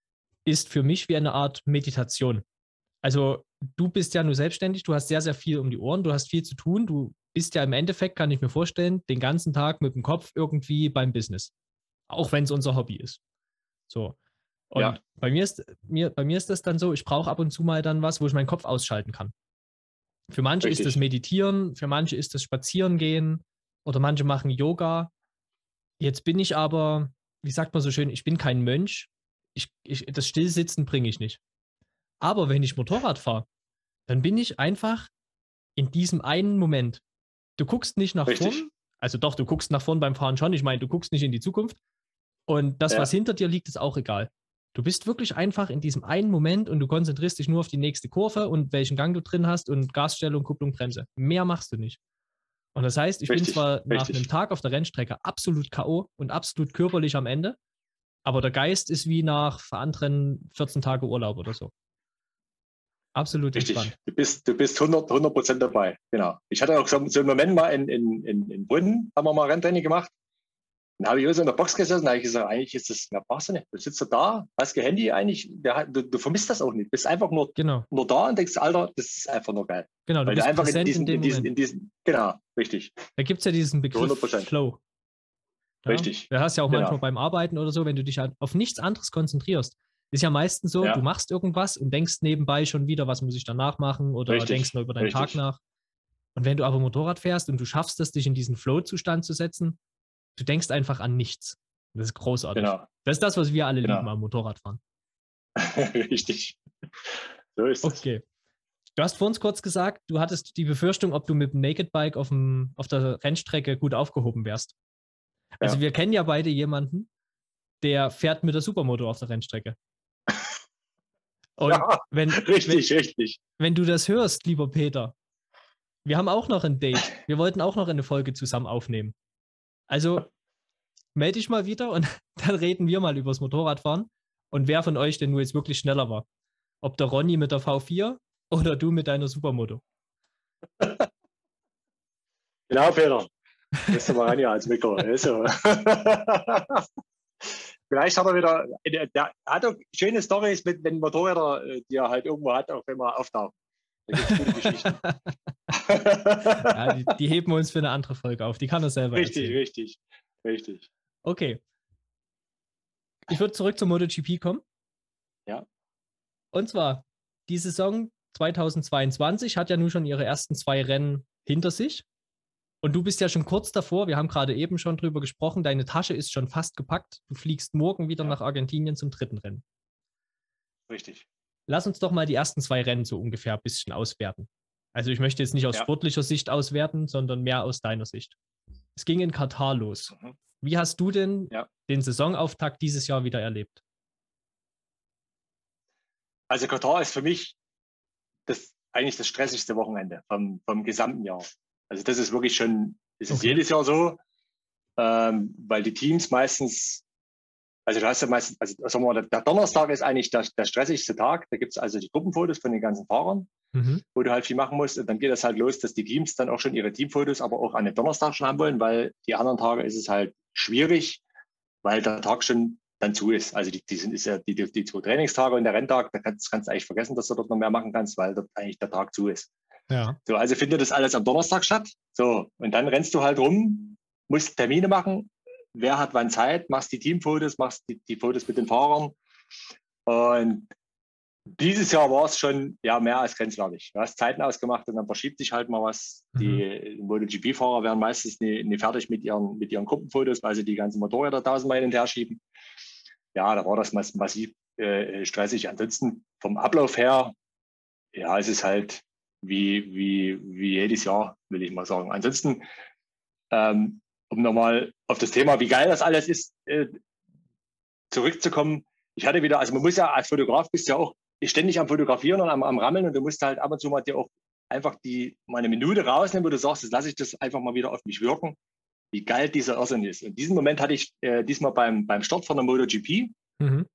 ist für mich wie eine Art Meditation. Also du bist ja nur selbstständig, du hast sehr, sehr viel um die Ohren, du hast viel zu tun. Du bist ja im Endeffekt, kann ich mir vorstellen, den ganzen Tag mit dem Kopf irgendwie beim Business. Auch wenn es unser Hobby ist. So. Und ja. bei, mir ist, mir, bei mir ist das dann so, ich brauche ab und zu mal dann was, wo ich meinen Kopf ausschalten kann. Für manche Richtig. ist das Meditieren, für manche ist das Spazierengehen oder manche machen Yoga. Jetzt bin ich aber, wie sagt man so schön, ich bin kein Mönch. Ich, ich, das Stillsitzen bringe ich nicht. Aber wenn ich Motorrad fahre, dann bin ich einfach in diesem einen Moment. Du guckst nicht nach Richtig. vorn, also doch, du guckst nach vorn beim Fahren schon. Ich meine, du guckst nicht in die Zukunft. Und das, ja. was hinter dir liegt, ist auch egal. Du bist wirklich einfach in diesem einen Moment und du konzentrierst dich nur auf die nächste Kurve und welchen Gang du drin hast und Gasstellung, Kupplung, Bremse. Mehr machst du nicht. Und das heißt, ich richtig, bin zwar richtig. nach einem Tag auf der Rennstrecke absolut K O und absolut körperlich am Ende, aber der Geist ist wie nach für anderen vierzehn Tage Urlaub oder so. Absolut Richtig. Entspannt. Du bist, du bist hundert Prozent dabei. Genau. Ich hatte auch so, so einen Moment mal in, in, in, in Brünn, haben wir mal Renntraining gemacht. Dann habe ich so in der Box gesessen, da habe ich gesagt, eigentlich ist das, na, brauchst du nicht. Du sitzt da, hast kein Handy eigentlich, du, du vermisst das auch nicht. Du bist einfach nur, genau. nur da und denkst, Alter, das ist einfach nur geil. Genau, du Weil bist du einfach präsent in diesen, in dem in diesen, Moment. in diesen, genau, richtig. Da gibt es ja diesen Begriff hundert Prozent. Flow. Ja? Richtig. Da hast du ja auch genau. manchmal beim Arbeiten oder so, wenn du dich halt auf nichts anderes konzentrierst. Ist ja meistens so, ja. du machst irgendwas und denkst nebenbei schon wieder, was muss ich danach machen oder Richtig. denkst nur über deinen Richtig. Tag nach. Und wenn du aber Motorrad fährst und du schaffst es, dich in diesen Flow-Zustand zu setzen, du denkst einfach an nichts. Das ist großartig. Genau. Das ist das, was wir alle genau. lieben am Motorradfahren. Richtig. So ist es. Okay. Du hast vor uns kurz gesagt, du hattest die Befürchtung, ob du mit dem Naked Bike auf, dem, auf der Rennstrecke gut aufgehoben wärst. Also ja. wir kennen ja beide jemanden, der fährt mit der Supermoto auf der Rennstrecke. Und ja, wenn, richtig, wenn, richtig. Wenn du das hörst, lieber Peter, wir haben auch noch ein Date. Wir wollten auch noch eine Folge zusammen aufnehmen. Also melde dich mal wieder und dann reden wir mal übers Motorradfahren und wer von euch denn nur jetzt wirklich schneller war. Ob der Ronny mit der V vier oder du mit deiner Supermoto. Genau, Peter. Das ist mal Anja als Mikro. Also. vielleicht hat er wieder, der, der hat auch schöne Storys mit den Motorrädern, die er halt irgendwo hat, auch wenn man auftaucht. Da gibt es gute Geschichten. Ja, die, die heben wir uns für eine andere Folge auf. Die kann er selber Richtig, erzählen. richtig, richtig. Okay. Ich würde zurück zum MotoGP kommen. Ja. Und zwar, die Saison zweitausendzweiundzwanzig hat ja nun schon ihre ersten zwei Rennen hinter sich. Und du bist ja schon kurz davor, wir haben gerade eben schon drüber gesprochen, deine Tasche ist schon fast gepackt. Du fliegst morgen wieder Ja. nach Argentinien zum dritten Rennen. Richtig. Lass uns doch mal die ersten zwei Rennen so ungefähr ein bisschen auswerten. Also ich möchte jetzt nicht aus Ja. sportlicher Sicht auswerten, sondern mehr aus deiner Sicht. Es ging in Katar los. Mhm. Wie hast du denn Ja. den Saisonauftakt dieses Jahr wieder erlebt? Also Katar ist für mich das, eigentlich das stressigste Wochenende vom, vom gesamten Jahr. Also das ist wirklich schon, das ist Okay. jedes Jahr so, ähm, weil die Teams meistens, also du hast ja meistens, also sagen wir mal, der, der Donnerstag ist eigentlich der, der stressigste Tag. Da gibt es also die Gruppenfotos von den ganzen Fahrern, Mhm. wo du halt viel machen musst. Und dann geht es halt los, dass die Teams dann auch schon ihre Teamfotos, aber auch an den Donnerstag schon haben wollen, weil die anderen Tage ist es halt schwierig, weil der Tag schon dann zu ist. Also die, die sind ist ja die, die, die zwei Trainingstage und der Renntag, da kannst, kannst du eigentlich vergessen, dass du dort noch mehr machen kannst, weil dort eigentlich der Tag zu ist. Ja. So, also findet das alles am Donnerstag statt. So, und dann rennst du halt rum, musst Termine machen. Wer hat wann Zeit? Machst die Teamfotos, machst die, die Fotos mit den Fahrern. Und dieses Jahr war es schon ja, mehr als grenzwertig. Du hast Zeiten ausgemacht und dann verschiebt sich halt mal was. Mhm. Die MotoGP-Fahrer werden meistens nie, nie fertig mit ihren, mit ihren Gruppenfotos, weil sie die ganzen Motorräder tausendmal hin und her schieben. Ja, da war das mass massiv äh, stressig. Ansonsten vom Ablauf her, ja, es ist halt wie, wie, wie jedes Jahr, will ich mal sagen. Ansonsten, ähm, um nochmal auf das Thema, wie geil das alles ist, äh, zurückzukommen. Ich hatte wieder, also man muss ja als Fotograf bist ja auch ständig am Fotografieren und am, am Rammeln und du musst halt ab und zu mal dir auch einfach die mal eine Minute rausnehmen, wo du sagst, jetzt lasse ich das einfach mal wieder auf mich wirken, wie geil dieser Irrsinn ist. Und diesen Moment hatte ich äh, diesmal beim, beim Start von der MotoGP. Mhm.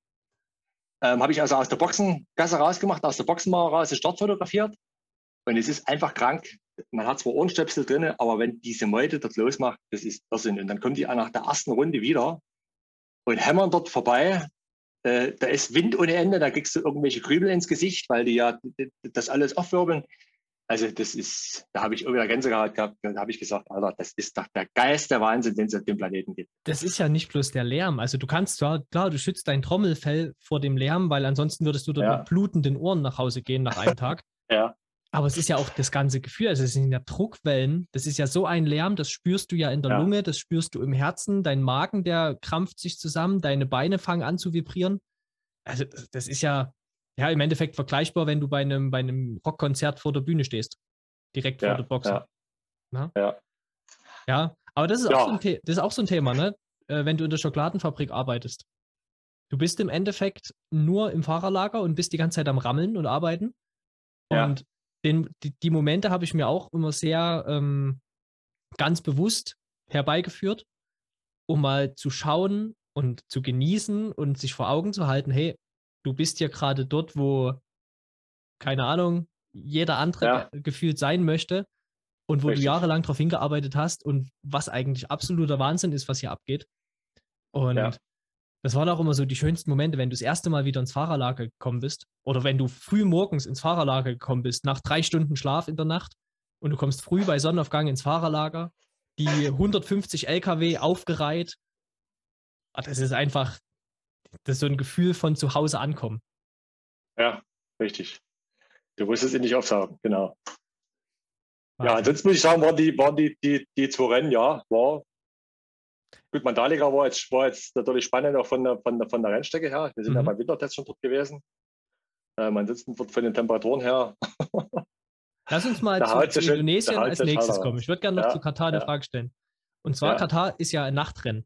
Ähm, habe ich also aus der Boxengasse rausgemacht, aus der Boxenmauer raus den Start fotografiert. Und es ist einfach krank. Man hat zwar Ohrenstöpsel drin, aber wenn diese Meute dort losmacht, das ist Irrsinn. Und dann kommen die nach der ersten Runde wieder und hämmern dort vorbei. Äh, da ist Wind ohne Ende, da kriegst du irgendwelche Krübel ins Gesicht, weil die ja das alles aufwirbeln. Also das ist, da habe ich auch wieder Gänsehaut gehabt. Da habe ich gesagt, Alter, das ist doch der geilste Wahnsinn, den es auf dem Planeten gibt. Das ist ja nicht bloß der Lärm. Also du kannst zwar, klar, du schützt dein Trommelfell vor dem Lärm, weil ansonsten würdest du dort Ja. mit blutenden Ohren nach Hause gehen nach einem Tag. Ja, Aber es ist ja auch das ganze Gefühl, also es sind ja Druckwellen, das ist ja so ein Lärm, das spürst du ja in der Ja. Lunge, das spürst du im Herzen, dein Magen, der krampft sich zusammen, deine Beine fangen an zu vibrieren. Also das das ist ja, ja im Endeffekt vergleichbar, wenn du bei einem, bei einem Rockkonzert vor der Bühne stehst, direkt ja, vor der Box. ja, Na? ja. Ja, aber das ist, Ja. auch so ein The- das ist auch so ein Thema, ne? Äh, wenn du in der Schokoladenfabrik arbeitest. Du bist im Endeffekt nur im Fahrerlager und bist die ganze Zeit am Rammeln und arbeiten. Ja. Und den, die, die Momente habe ich mir auch immer sehr ähm, ganz bewusst herbeigeführt, um mal zu schauen und zu genießen und sich vor Augen zu halten, hey, du bist hier gerade dort, wo, keine Ahnung, jeder andere Ja. ge gefühlt sein möchte und wo Richtig. du jahrelang darauf hingearbeitet hast und was eigentlich absoluter Wahnsinn ist, was hier abgeht. Und Ja. das waren auch immer so die schönsten Momente, wenn du das erste Mal wieder ins Fahrerlager gekommen bist oder wenn du früh morgens ins Fahrerlager gekommen bist, nach drei Stunden Schlaf in der Nacht und du kommst früh bei Sonnenaufgang ins Fahrerlager, die hundertfünfzig L K W aufgereiht. Ah, das ist einfach, das ist so ein Gefühl von zu Hause ankommen. Ja, richtig. Du musst es nicht aufsaugen, genau. Ja, Wahnsinn. ansonsten muss ich sagen, waren die, waren die, die, die zwei Rennen, ja, war gut. Mandalika war jetzt, war jetzt natürlich spannend, auch von der, von der, von der Rennstrecke her. Wir sind Mhm. ja beim Wintertest schon dort gewesen. Ähm, ansonsten wird von den Temperaturen her. Lass uns mal Da zu, haut's zu ja schon- Indonesien da haut's als ja nächstes Schalter kommen. raus. Ich würde gerne noch Ja, zu Katar eine ja. Frage stellen. Und zwar, Ja. Katar ist ja ein Nachtrennen.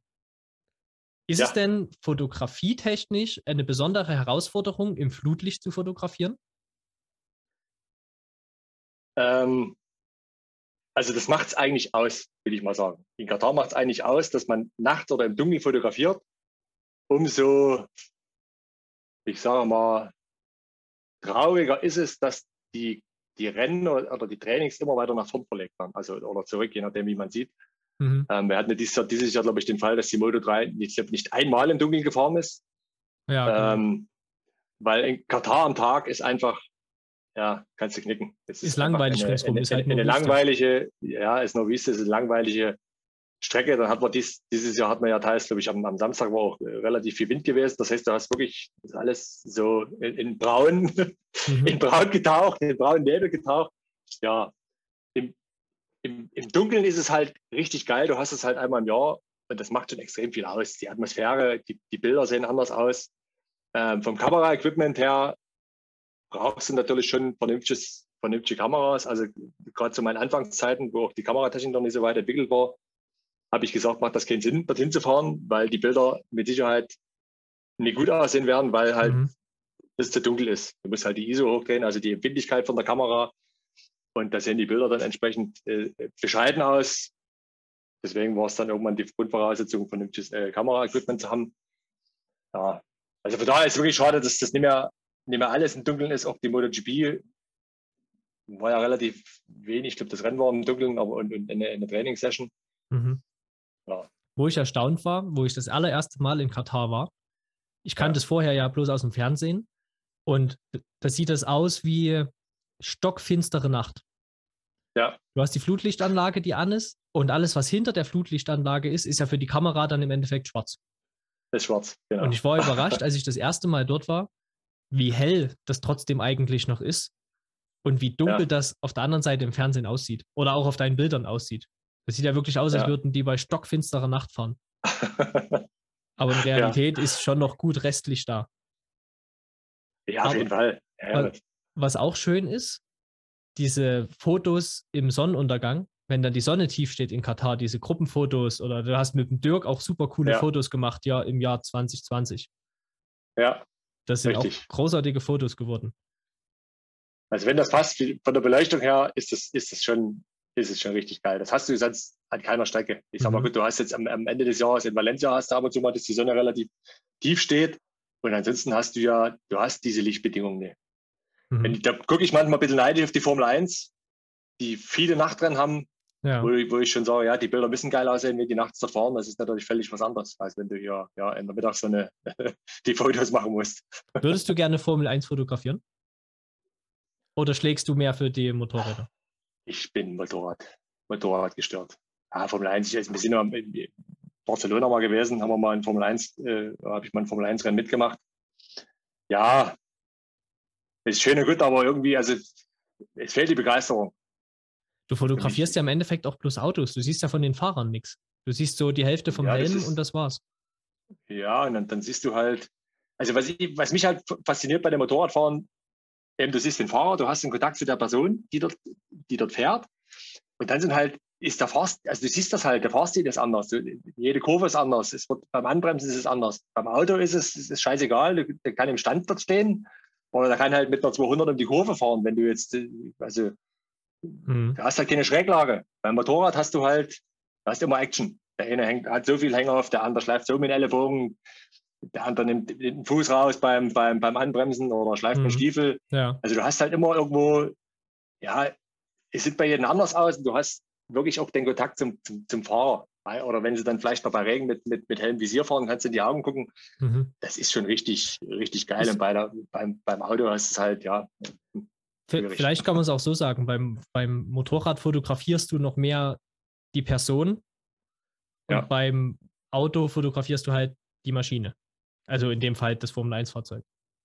Ist Ja. es denn fotografietechnisch eine besondere Herausforderung, im Flutlicht zu fotografieren? Ähm, also das macht es eigentlich aus, will ich mal sagen. In Katar macht es eigentlich aus, dass man nachts oder im Dunkeln fotografiert, umso, ich sage mal, trauriger ist es, dass die, die Rennen oder die Trainings immer weiter nach vorn verlegt werden, also oder zurück, je nachdem, wie man sieht. Mhm. Ähm, wir hatten dieses Jahr, dieses Jahr, glaube ich, den Fall, dass die Moto drei nicht, nicht einmal im Dunkeln gefahren ist. Ja, ähm, weil in Katar am Tag ist einfach, ja, kannst du knicken. Es ist, ist langweilig eine, ringsrum, eine, ist halt eine, nur eine Wüste. langweilige, ja, ist nur Wüste, ist eine langweilige Strecke. Dann hat man dies, dieses Jahr hat man ja teils, glaube ich, am, am Samstag war auch relativ viel Wind gewesen. Das heißt, du hast wirklich alles so in, in braun, mhm. in braun getaucht, in braunen Nebel getaucht. Ja, im, im, im Dunkeln ist es halt richtig geil. Du hast es halt einmal im Jahr und das macht schon extrem viel aus. Die Atmosphäre, die, die Bilder sehen anders aus. Ähm, vom Kameraequipment her brauchst du natürlich schon vernünftiges, vernünftige Kameras. Also gerade zu meinen Anfangszeiten, wo auch die Kameratechnik noch nicht so weit entwickelt war, habe ich gesagt, macht das keinen Sinn, dorthin zu fahren, weil die Bilder mit Sicherheit nicht gut aussehen werden, weil halt mhm. es zu dunkel ist. Du musst halt die I S O hochdrehen, also die Empfindlichkeit von der Kamera. Und da sehen die Bilder dann entsprechend äh, bescheiden aus. Deswegen war es dann irgendwann die Grundvoraussetzung, vernünftiges äh, Kameraequipment zu haben. Ja, also von daher ist es wirklich schade, dass das nicht mehr, nicht mehr alles im Dunkeln ist. Auch die MotoGP war ja relativ wenig. Ich glaube, das Rennen war im Dunkeln, aber und, und eine, eine Trainingssession. Mhm. Ja. Wo ich erstaunt war, wo ich das allererste Mal in Katar war. Ich kannte ja. es vorher ja bloß aus dem Fernsehen. Und da sieht das aus wie stockfinstere Nacht. Ja. Du hast die Flutlichtanlage, die an ist. Und alles, was hinter der Flutlichtanlage ist, ist ja für die Kamera dann im Endeffekt schwarz. Das ist schwarz, genau. Und ich war überrascht, als ich das erste Mal dort war, wie hell das trotzdem eigentlich noch ist und wie dunkel ja. das auf der anderen Seite im Fernsehen aussieht oder auch auf deinen Bildern aussieht. Das sieht ja wirklich aus, als ja. würden die bei stockfinsterer Nacht fahren. Aber in Realität ja. ist schon noch gut restlich da. Ja, auf Aber, jeden Fall. Ja. Was auch schön ist, diese Fotos im Sonnenuntergang, wenn dann die Sonne tief steht in Katar, diese Gruppenfotos, oder du hast mit dem Dirk auch super coole ja. Fotos gemacht, ja, im Jahr zwanzig zwanzig. Ja. Das sind richtig. Auch großartige Fotos geworden. Also wenn das passt, von der Beleuchtung her, ist es ist das schon, ist es schon richtig geil. Das hast du sonst an keiner Strecke. Ich sag mal, gut, du hast jetzt am, am Ende des Jahres in Valencia hast du ab und zu mal, dass die Sonne relativ tief steht. Und ansonsten hast du ja, du hast diese Lichtbedingungen nicht. Mhm. Wenn, da gucke ich manchmal ein bisschen neidisch auf die Formel eins, die viele Nachtrennen haben, ja. wo, wo ich schon sage, ja, die Bilder müssen geil aussehen, wenn die nachts da fahren. Das ist natürlich völlig was anderes, als wenn du hier ja, in der Mittagssonne die Fotos machen musst. Würdest du gerne Formel eins fotografieren? Oder schlägst du mehr für die Motorräder? Ich bin Motorrad, Motorrad gestört. Ja, Formel eins, ich, wir sind ja in Barcelona mal gewesen, haben wir mal in Formel eins, äh, habe ich mal ein Formel eins Rennen mitgemacht. Ja, ist schön und gut, aber irgendwie, also es fehlt die Begeisterung. Du fotografierst ja im Endeffekt auch bloß Autos. Du siehst ja von den Fahrern nichts. Du siehst so die Hälfte vom ja, Helm ist, und das war's. Ja, und dann, dann siehst du halt, also was, ich, was mich halt fasziniert bei dem Motorradfahren, eben du siehst den Fahrer, du hast den Kontakt zu der Person, die dort, die dort fährt. Und dann sind halt, ist der Fahrstil, also du siehst das halt, der Fahrstil ist anders. Du, jede Kurve ist anders. Es wird, beim Anbremsen ist es anders. Beim Auto ist es, ist es scheißegal. Der kann im Stand dort stehen. Oder der kann halt mit einer zweihundert um die Kurve fahren, wenn du jetzt, also mhm. du hast halt keine Schräglage. Beim Motorrad hast du halt, du hast immer Action. Der eine hängt, hat so viel Hänger auf, der andere schleift so mit den Ellenbogen, der andere nimmt den Fuß raus beim, beim, beim Anbremsen oder schleift mhm. den Stiefel. Ja. Also du hast halt immer irgendwo, ja, es sieht bei jedem anders aus und du hast wirklich auch den Kontakt zum, zum, zum Fahrer. Oder wenn sie dann vielleicht noch bei Regen mit, mit, mit hellem Visier fahren, kannst du in die Augen gucken. Mhm. Das ist schon richtig, richtig geil. Und bei der, beim, beim Auto hast es halt, ja. Schwierig. Vielleicht kann man es auch so sagen, beim, beim Motorrad fotografierst du noch mehr die Person und ja. beim Auto fotografierst du halt die Maschine. Also in dem Fall das Formel eins Fahrzeug.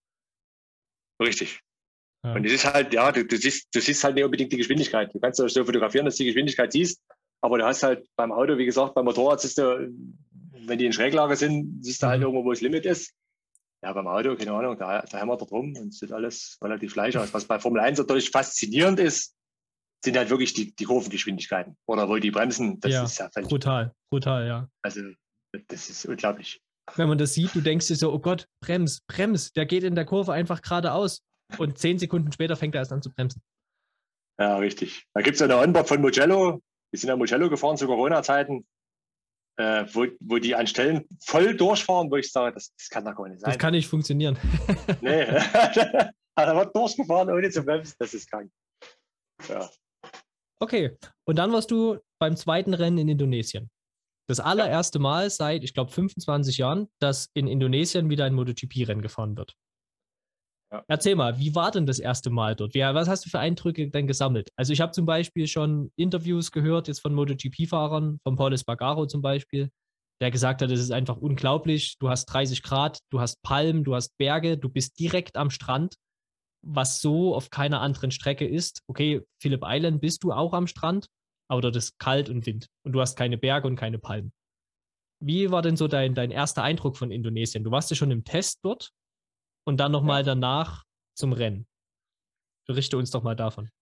Richtig. Ja. Und es ist halt, ja, du, du, siehst, du siehst halt nicht unbedingt die Geschwindigkeit. Du kannst das so fotografieren, dass du die Geschwindigkeit siehst, aber du hast halt beim Auto, wie gesagt, beim Motorrad siehst du, wenn die in Schräglage sind, siehst du halt mhm. irgendwo, wo das Limit ist. Ja, beim Auto, keine Ahnung, da, da haben wir da drum und es sieht alles relativ gleich aus. Was bei Formel eins natürlich faszinierend ist, sind halt wirklich die, die Kurvengeschwindigkeiten. Oder wo die bremsen, das ja, ist ja völlig brutal, brutal, ja. Also, das ist unglaublich. Wenn man das sieht, du denkst dir so, oh Gott, brems, brems, der geht in der Kurve einfach geradeaus. Und zehn Sekunden später fängt er erst an zu bremsen. Ja, richtig. Da gibt es eine Onboard von Mugello. Die sind ja Mugello gefahren zu Corona-Zeiten, äh, wo, wo die an Stellen voll durchfahren, wo ich sage, das, das kann doch gar nicht sein. Das kann nicht funktionieren. Nee, da wird durchgefahren, ohne zu bremsen. Das ist krank. Ja. Okay, und dann warst du beim zweiten Rennen in Indonesien. Das allererste Mal seit, ich glaube, fünfundzwanzig Jahren, dass in Indonesien wieder ein MotoGP-Rennen gefahren wird. Ja. Erzähl mal, wie war denn das erste Mal dort? Wie, was hast du für Eindrücke denn gesammelt? Also ich habe zum Beispiel schon Interviews gehört, jetzt von MotoGP-Fahrern, von Paul Espargaro zum Beispiel, der gesagt hat, es ist einfach unglaublich. Du hast dreißig Grad, du hast Palmen, du hast Berge, du bist direkt am Strand, was so auf keiner anderen Strecke ist. Okay, Phillip Island bist du auch am Strand, aber dort ist kalt und Wind und du hast keine Berge und keine Palmen. Wie war denn so dein, dein erster Eindruck von Indonesien? Du warst ja schon im Test dort und dann nochmal Ja. danach zum Rennen. Berichte uns doch mal davon.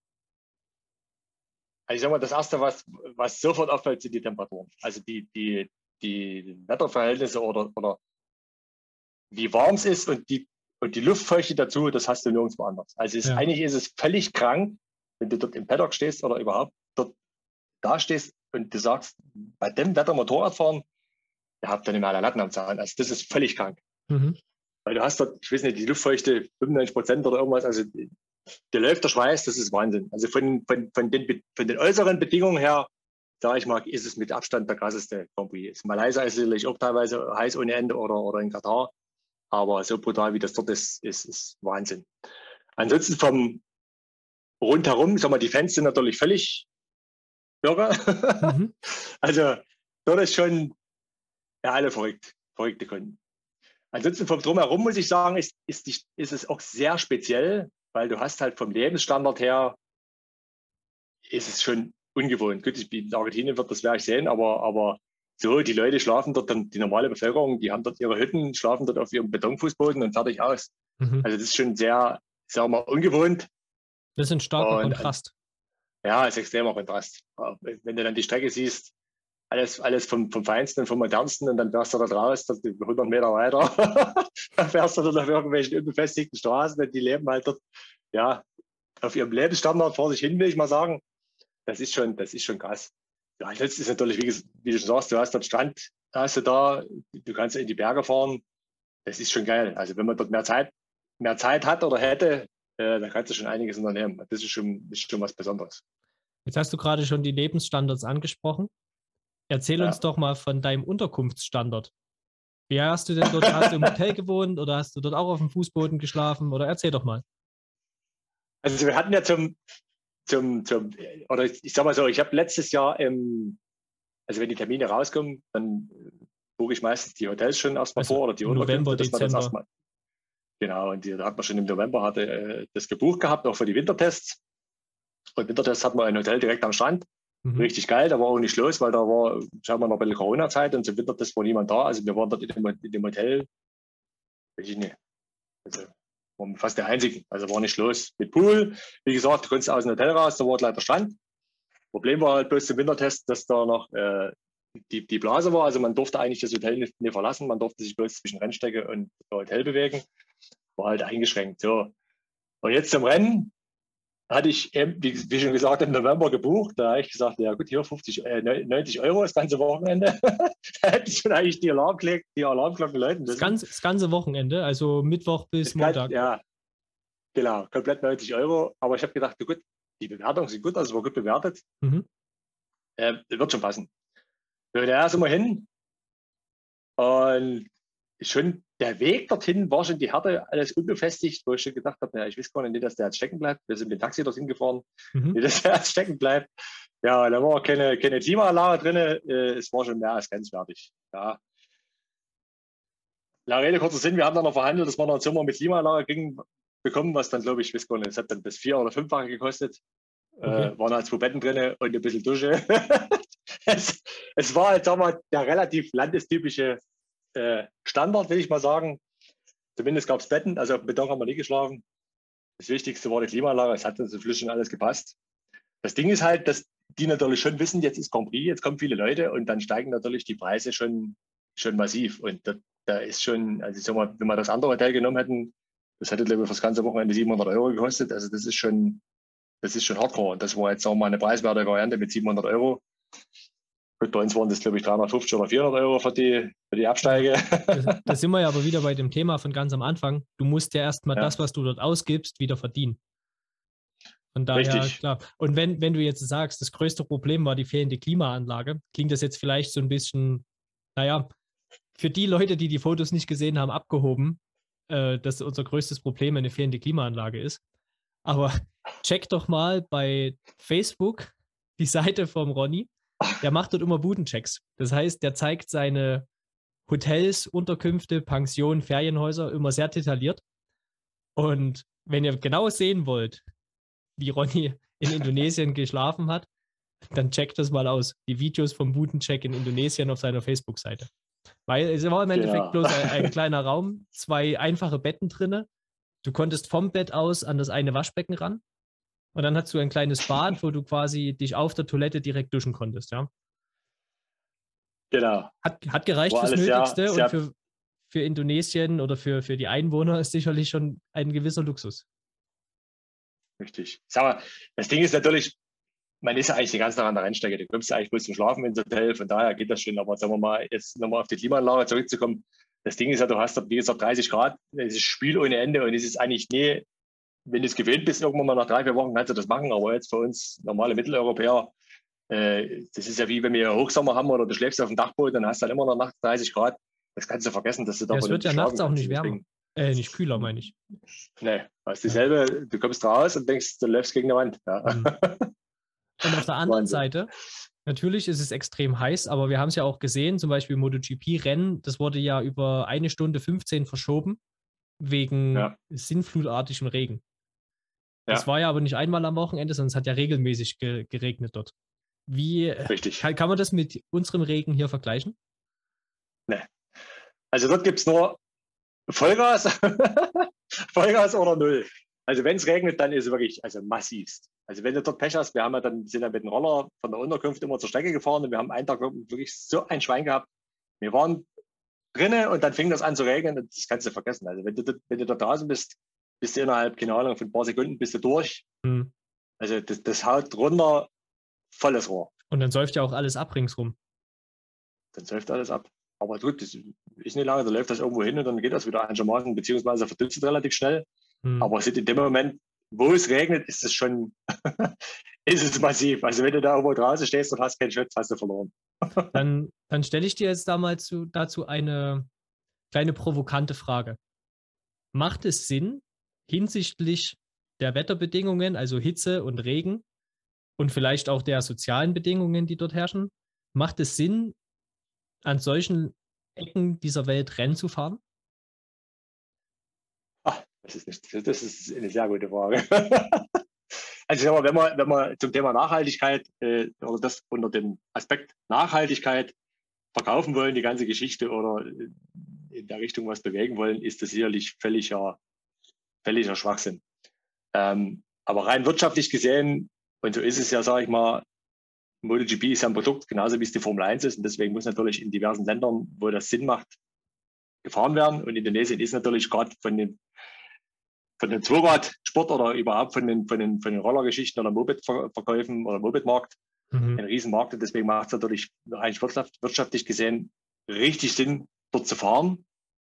Also ich sag mal, das Erste, was, was sofort auffällt, sind die Temperaturen. Also die, die, die Wetterverhältnisse oder, oder wie warm es ist und die, und die Luftfeuchte dazu, das hast du nirgendwo anders. Also es, Ja. eigentlich ist es völlig krank, wenn du dort im Paddock stehst oder überhaupt dort da stehst und du sagst, bei dem Wetter Motorrad fahren, ihr habt dann nicht mehr alle Latten am Zaun. Also das ist völlig krank. Mhm. Weil du hast dort, ich weiß nicht, die Luftfeuchte fünfundneunzig Prozent oder irgendwas, also dir läuft der Schweiß, das ist Wahnsinn. Also von, von, von, den, von den äußeren Bedingungen her, sage ich mal, ist es mit Abstand der krasseste Grand Prix. Malaysia ist sicherlich auch teilweise heiß ohne Ende oder, oder in Katar, aber so brutal wie das dort ist, ist, ist Wahnsinn. Ansonsten vom rundherum, ich sag mal, die Fans sind natürlich völlig irre. Mhm. Also dort ist schon, ja, alle verrückt, verrückte Kunden. Ansonsten vom Drumherum muss ich sagen, ist, ist, die, ist es auch sehr speziell, weil du hast halt vom Lebensstandard her, ist es schon ungewohnt. Gut, ich bin in Argentinien, wird das werde ich sehen, aber, aber so, die Leute schlafen dort, dann die normale Bevölkerung, die haben dort ihre Hütten, schlafen dort auf ihrem Betonfußboden und fertig aus. Mhm. Also das ist schon sehr, sagen wir mal, ungewohnt. Das ist ein starker Und, Kontrast. Ja, ist extremer Kontrast. Wenn du dann die Strecke siehst, alles, alles vom, vom Feinsten und vom Modernsten und dann fährst du da raus, hundert Meter weiter, dann fährst du dort auf irgendwelchen unbefestigten Straßen und die leben halt dort, ja, auf ihrem Lebensstandard vor sich hin, will ich mal sagen. Das ist schon, das ist schon krass. Ja, jetzt ist natürlich, wie, wie du schon sagst, du hast dort Strand, hast du da, du kannst in die Berge fahren. Das ist schon geil. Also wenn man dort mehr Zeit, mehr Zeit hat oder hätte, äh, dann kannst du schon einiges unternehmen. Das ist schon, ist schon was Besonderes. Jetzt hast du gerade schon die Lebensstandards angesprochen. Erzähl Ja. uns doch mal von deinem Unterkunftsstandard. Wie hast du denn dort, hast du im Hotel gewohnt oder hast du dort auch auf dem Fußboden geschlafen? Oder erzähl doch mal. Also wir hatten ja zum, zum, zum oder ich, ich sag mal so, ich habe letztes Jahr, im, also wenn die Termine rauskommen, dann buche ich meistens die Hotels schon erstmal Also vor oder die November, Unterkünfte, dass man das Dezember. erstmal. Genau, und die, da hat man schon im November hatte, äh, das gebucht gehabt, auch für die Wintertests. Und Wintertests hat man ein Hotel direkt am Strand. Mhm. Richtig geil, da war auch nicht los, weil da war, schauen wir noch ein bisschen Corona-Zeit und zum Wintertest war niemand da. Also wir waren dort in dem, in dem Hotel, weiß ich nicht, also waren fast der Einzigen. Also war nicht los mit Pool. Wie gesagt, du konntest aus dem Hotel raus, da war leider Strand. Problem war halt bloß zum Wintertest, dass da noch äh, die, die Blase war. Also man durfte eigentlich das Hotel nicht, nicht verlassen, man durfte sich bloß zwischen Rennstrecke und Hotel bewegen. War halt eingeschränkt. So. Und jetzt zum Rennen hatte ich, eben, wie, wie schon gesagt, im November gebucht. Da habe ich gesagt, ja gut, hier fünfzig, äh, neunzig Euro das ganze Wochenende. Da hätte ich schon eigentlich die Alarmglocken, die Alarmglocken läuten Das müssen. ganze, das ganze Wochenende, also Mittwoch bis Das kann- Montag. Ja, genau, komplett neunzig Euro. Aber ich habe gedacht, na gut, die Bewertungen sind gut, also war gut bewertet. Mhm. Äh, wird schon passen. So, da sind wir hin. Und schon der Weg dorthin war schon die Härte, alles unbefestigt, wo ich schon gedacht habe, ja, ich weiß gar nicht, dass der jetzt stecken bleibt. Wir sind mit dem Taxi dorthin gefahren, Mhm. nicht, dass der jetzt stecken bleibt. Ja, da war keine, keine Klimaanlage drin. Äh, es war schon mehr als grenzwertig. Ja. Lange Rede, kurzer Sinn, wir haben dann noch verhandelt, dass wir noch ein Zimmer mit Klimaanlage kriegen, bekommen, was dann, glaube ich, ich weiß gar nicht, das hat dann das vier- oder fünffache gekostet. Okay. Äh, waren halt zwei Betten drin und ein bisschen Dusche. es, es war halt, sagen wir, der relativ landestypische äh, Standard, will ich mal sagen. Zumindest gab es Betten, also auf dem Beton haben wir nie geschlafen. Das Wichtigste war die Klimaanlage, es hat uns zum Schluss schon alles gepasst. Das Ding ist halt, dass die natürlich schon wissen, jetzt ist Grand Prix, jetzt kommen viele Leute und dann steigen natürlich die Preise schon, schon massiv. Und da, da ist schon, also ich sag mal, wenn wir das andere Hotel genommen hätten, das hätte, glaube ich, für das ganze Wochenende siebenhundert Euro gekostet. Also das ist schon, das ist schon hardcore. Und das war jetzt, sagen wir mal, eine preiswerte Variante mit siebenhundert Euro. Gut, bei uns waren das, glaube ich, dreihundertfünfzig oder vierhundert Euro für die, für die Absteige. Da, da sind wir ja aber wieder bei dem Thema von ganz am Anfang. Du musst ja erstmal Ja. das, was du dort ausgibst, wieder verdienen. Von daher, Richtig. klar. Und wenn, wenn du jetzt sagst, das größte Problem war die fehlende Klimaanlage, klingt das jetzt vielleicht so ein bisschen, naja, für die Leute, die die Fotos nicht gesehen haben, abgehoben, äh, dass unser größtes Problem eine fehlende Klimaanlage ist. Aber check doch mal bei Facebook die Seite vom Ronny. Der macht dort immer Budenchecks. Das heißt, der zeigt seine Hotels, Unterkünfte, Pensionen, Ferienhäuser immer sehr detailliert. Und wenn ihr genau sehen wollt, wie Ronny in Indonesien geschlafen hat, dann checkt das mal aus. Die Videos vom Budencheck in Indonesien auf seiner Facebook-Seite. Weil es war im Endeffekt Genau. bloß ein, ein kleiner Raum, zwei einfache Betten drinne. Du konntest vom Bett aus an das eine Waschbecken ran. Und dann hast du ein kleines Bad, wo du quasi dich auf der Toilette direkt duschen konntest, ja. Genau. Hat, hat gereicht War fürs alles sehr, Nötigste sehr und für, für Indonesien oder für, für die Einwohner ist sicherlich schon ein gewisser Luxus. richtig. Sag mal, das Ding ist natürlich, man ist ja eigentlich den ganzen Tag an der Rennstrecke. Du kommst ja eigentlich bloß zum Schlafen ins Hotel, von daher geht das schon. Aber sagen wir mal, jetzt nochmal auf die Klimaanlage zurückzukommen. Das Ding ist ja, du hast da, wie gesagt, dreißig Grad, es ist Spiel ohne Ende und es ist eigentlich nie, wenn du es gewöhnt bist, irgendwann mal nach drei, vier Wochen kannst du das machen. Aber jetzt für uns normale Mitteleuropäer, äh, das ist ja wie wenn wir Hochsommer haben oder du schläfst auf dem Dachboot, dann hast du dann immer noch nachts dreißig Grad. Das kannst du vergessen, dass du da Ja, es wird ja nachts auch nicht wärmer. Äh, nicht kühler, meine ich. Nee, hast dieselbe, du kommst raus und denkst, du läufst gegen die Wand. Ja. Mhm. Und auf der anderen Wahnsinn. Seite, natürlich ist es extrem heiß, aber wir haben es ja auch gesehen, zum Beispiel MotoGP-Rennen, das wurde ja über eine Stunde fünfzehn verschoben, wegen Ja. sinnflutartigem Regen. Ja. Das war ja aber nicht einmal am Wochenende, sondern es hat ja regelmäßig ge geregnet dort. Wie Richtig. kann, kann man das mit unserem Regen hier vergleichen? Nee. Also dort gibt es nur Vollgas, Vollgas oder Null. Also wenn es regnet, dann ist es wirklich also massivst. Also wenn du dort Pech hast, wir haben ja dann, sind ja mit dem Roller von der Unterkunft immer zur Strecke gefahren und wir haben einen Tag wirklich so ein Schwein gehabt. Wir waren drinnen und dann fing das an zu regnen und das kannst du vergessen. Also wenn du, wenn du da draußen bist, bist du innerhalb, keine Ahnung, von ein paar Sekunden bist du durch. Hm. Also das, das haut runter, volles Rohr. Und dann säuft ja auch alles ab ringsrum. Dann säuft alles ab. Aber gut, das ist nicht lange, da läuft das irgendwo hin und dann geht das wieder einigermaßen, beziehungsweise verdunstet relativ schnell. Hm. Aber in dem Moment, wo es regnet, ist es schon, ist es massiv. Also wenn du da irgendwo draußen stehst und hast keinen Schutz, hast du verloren. Dann, dann stelle ich dir jetzt da mal zu, dazu eine kleine provokante Frage. Macht es Sinn, hinsichtlich der Wetterbedingungen, also Hitze und Regen und vielleicht auch der sozialen Bedingungen, die dort herrschen, macht es Sinn, an solchen Ecken dieser Welt Rennen zu fahren? Ach, das ist, nicht, das ist eine sehr gute Frage. Also ich sag mal, wenn man, wenn man zum Thema Nachhaltigkeit äh, oder das unter dem Aspekt Nachhaltigkeit verkaufen wollen, die ganze Geschichte oder in der Richtung was bewegen wollen, ist das sicherlich völliger, völliger Schwachsinn. Ähm, aber rein wirtschaftlich gesehen, und so ist es ja, sage ich mal, MotoGP ist ja ein Produkt, genauso wie es die Formel eins ist. Und deswegen muss natürlich in diversen Ländern, wo das Sinn macht, gefahren werden. Und Indonesien ist natürlich gerade von den, von den Zweirad-Sport oder überhaupt von den, von den, von den Rollergeschichten oder Moped-Verkäufen oder Moped-Markt Mhm. ein Riesenmarkt. Und deswegen macht es natürlich eigentlich wirtschaft, wirtschaftlich gesehen richtig Sinn, dort zu fahren.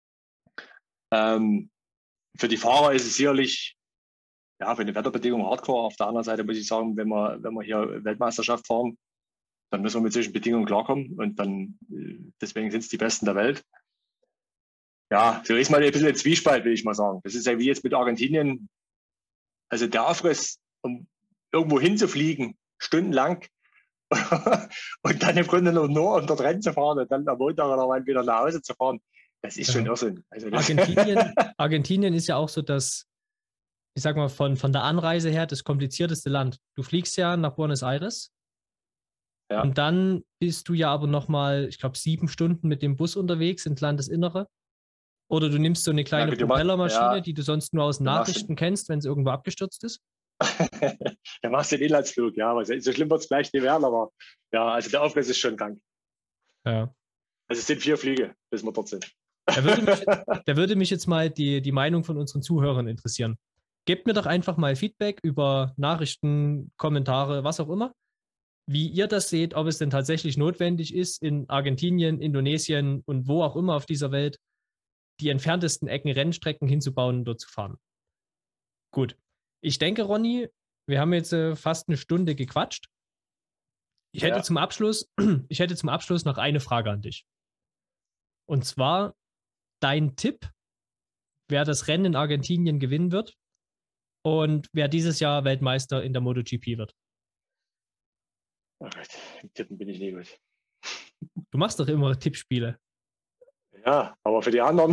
Ähm, für die Fahrer ist es sicherlich ja, für eine Wetterbedingung hardcore. Auf der anderen Seite muss ich sagen, wenn wir, wenn wir hier Weltmeisterschaft fahren, dann müssen wir mit solchen Bedingungen klarkommen und dann, deswegen sind es die Besten der Welt. Ja, so ist mal ein bisschen ein Zwiespalt, will ich mal sagen. Das ist ja wie jetzt mit Argentinien. Also der Aufriss, um irgendwo hinzufliegen, stundenlang und dann im Grunde nur, nur um dort Rennen zu fahren und dann am Montag oder wann wieder nach Hause zu fahren, das ist Ja. schon Irrsinn. Also das Argentinien, Argentinien ist ja auch so das, ich sag mal, von, von der Anreise her das komplizierteste Land. Du fliegst ja nach Buenos Aires Ja. und dann bist du ja aber nochmal, ich glaube, sieben Stunden mit dem Bus unterwegs ins Landesinnere. Oder du nimmst so eine kleine gut, du mach- Propellermaschine, ja, die du sonst nur aus du machst- Nachrichten kennst, wenn es irgendwo abgestürzt ist. Dann machst du den Inlandsflug, ja. Aber so schlimm wird es gleich nicht werden, aber ja, also der Aufriss ist schon krank. Ja. Also es sind vier Flüge, bis wir dort sind. Da würde mich, da würde mich jetzt mal die, die Meinung von unseren Zuhörern interessieren. Gebt mir doch einfach mal Feedback über Nachrichten, Kommentare, was auch immer, wie ihr das seht, ob es denn tatsächlich notwendig ist, in Argentinien, Indonesien und wo auch immer auf dieser Welt die entferntesten Ecken Rennstrecken hinzubauen und dort zu fahren. Gut. Ich denke, Ronny, wir haben jetzt äh, fast eine Stunde gequatscht. Ich hätte Ja. zum Abschluss, ich hätte zum Abschluss noch eine Frage an dich. Und zwar dein Tipp, wer das Rennen in Argentinien gewinnen wird und wer dieses Jahr Weltmeister in der MotoGP wird. Oh Gott, im Tippen bin ich nie gut. Du machst doch immer Tippspiele. Ja, aber für die anderen.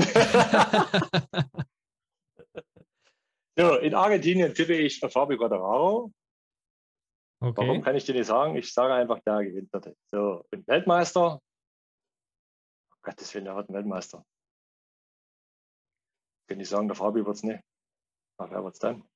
So, in Argentinien tippe ich auf Fabio Quartararo. Okay. Warum kann ich dir nicht sagen? Ich sage einfach, der gewinnt dort. So, und Weltmeister. Oh Gottes Willen, der wird ein Weltmeister. Kann ich sagen, der Fabio wird es nicht. Ach, wer wird es dann?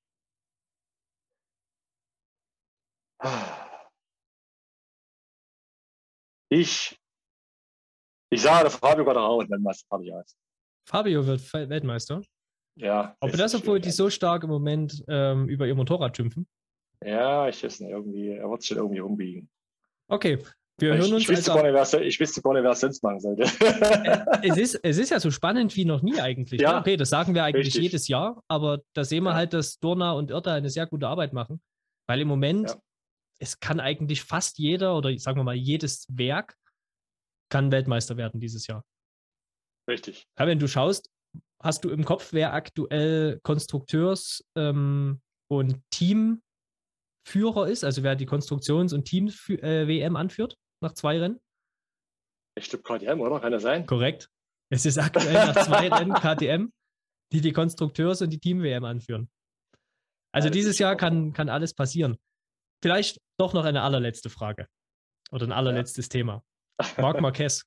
Ich, ich sage, der Fabio Quartararo wird Weltmeister. Fertig aus. Fabio wird Weltmeister. Ja. Aber das, obwohl die so stark im Moment ähm, über ihr Motorrad schimpfen. Ja, ich weiß nicht, irgendwie, er wird es schon irgendwie rumbiegen. Okay, wir ich, hören uns. Ich wüsste, also, gar nicht, wer, ich wüsste gar nicht, wer es sonst machen sollte. es, ist, es ist ja so spannend wie noch nie eigentlich. Ja, ne? Okay, das sagen wir eigentlich richtig. jedes Jahr, aber da sehen wir Ja. halt, dass Dorna und Irta eine sehr gute Arbeit machen. Weil im Moment, Ja. es kann eigentlich fast jeder oder sagen wir mal jedes Werk kann Weltmeister werden dieses Jahr. Richtig. Ja, wenn du schaust, hast du im Kopf, wer aktuell Konstrukteurs- ähm, und Teamführer ist, also wer die Konstruktions- und Team-W M anführt nach zwei Rennen? Ich glaube K T M, oder? Kann das sein? Korrekt. Es ist aktuell nach zwei Rennen K T M, die die Konstrukteurs- und die Team-W M anführen. Also Ja, dieses ist Jahr super. kann, kann alles passieren. Vielleicht doch noch eine allerletzte Frage. Oder ein allerletztes ja. Thema. Marc Marquez.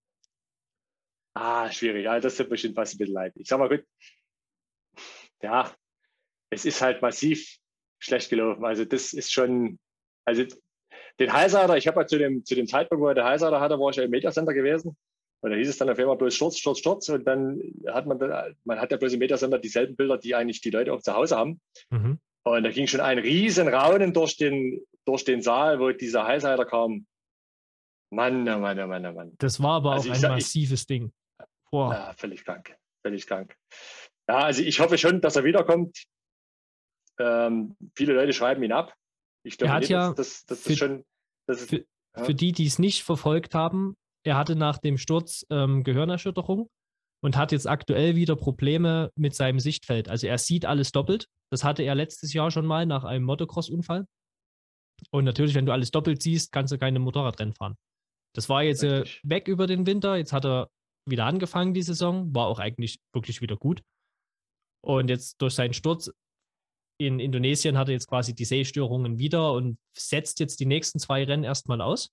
Ah, schwierig. Ja, das tut mir schon fast ein bisschen leid. Ich sag mal gut, ja, es ist halt massiv schlecht gelaufen. Also das ist schon, also den Highsider, ich habe ja zu dem, zu dem Zeitpunkt, wo er den Highsider hatte, war ich ja im Mediacenter gewesen. Und da hieß es dann auf einmal bloß Sturz, Sturz, Sturz. Und dann hat man, man hat ja bloß im Mediacenter dieselben Bilder, die eigentlich die Leute auch zu Hause haben. Mhm. Und da ging schon ein riesen Raunen durch den, durch den Saal, wo dieser Highsider kam. Mann, oh Mann, oh Mann, oh Mann. Das war aber also auch ein sag, massives ich, Ding. Boah. Ja, völlig krank. Völlig krank. Ja, also ich hoffe schon, dass er wiederkommt. Ähm, viele Leute schreiben ihn ab. Ich glaube, nicht, ja das, das, das für, ist schon. Das ist, für, ja. für die, die es nicht verfolgt haben, er hatte nach dem Sturz ähm, Gehirnerschütterung und hat jetzt aktuell wieder Probleme mit seinem Sichtfeld. Also er sieht alles doppelt. Das hatte er letztes Jahr schon mal nach einem Motocross-Unfall. Und natürlich, wenn du alles doppelt siehst, kannst du keine Motorradrennen fahren. Das war jetzt äh, weg über den Winter. Jetzt hat er wieder angefangen, die Saison. War auch eigentlich wirklich wieder gut. Und jetzt durch seinen Sturz in Indonesien hat er jetzt quasi die Sehstörungen wieder und setzt jetzt die nächsten zwei Rennen erstmal aus.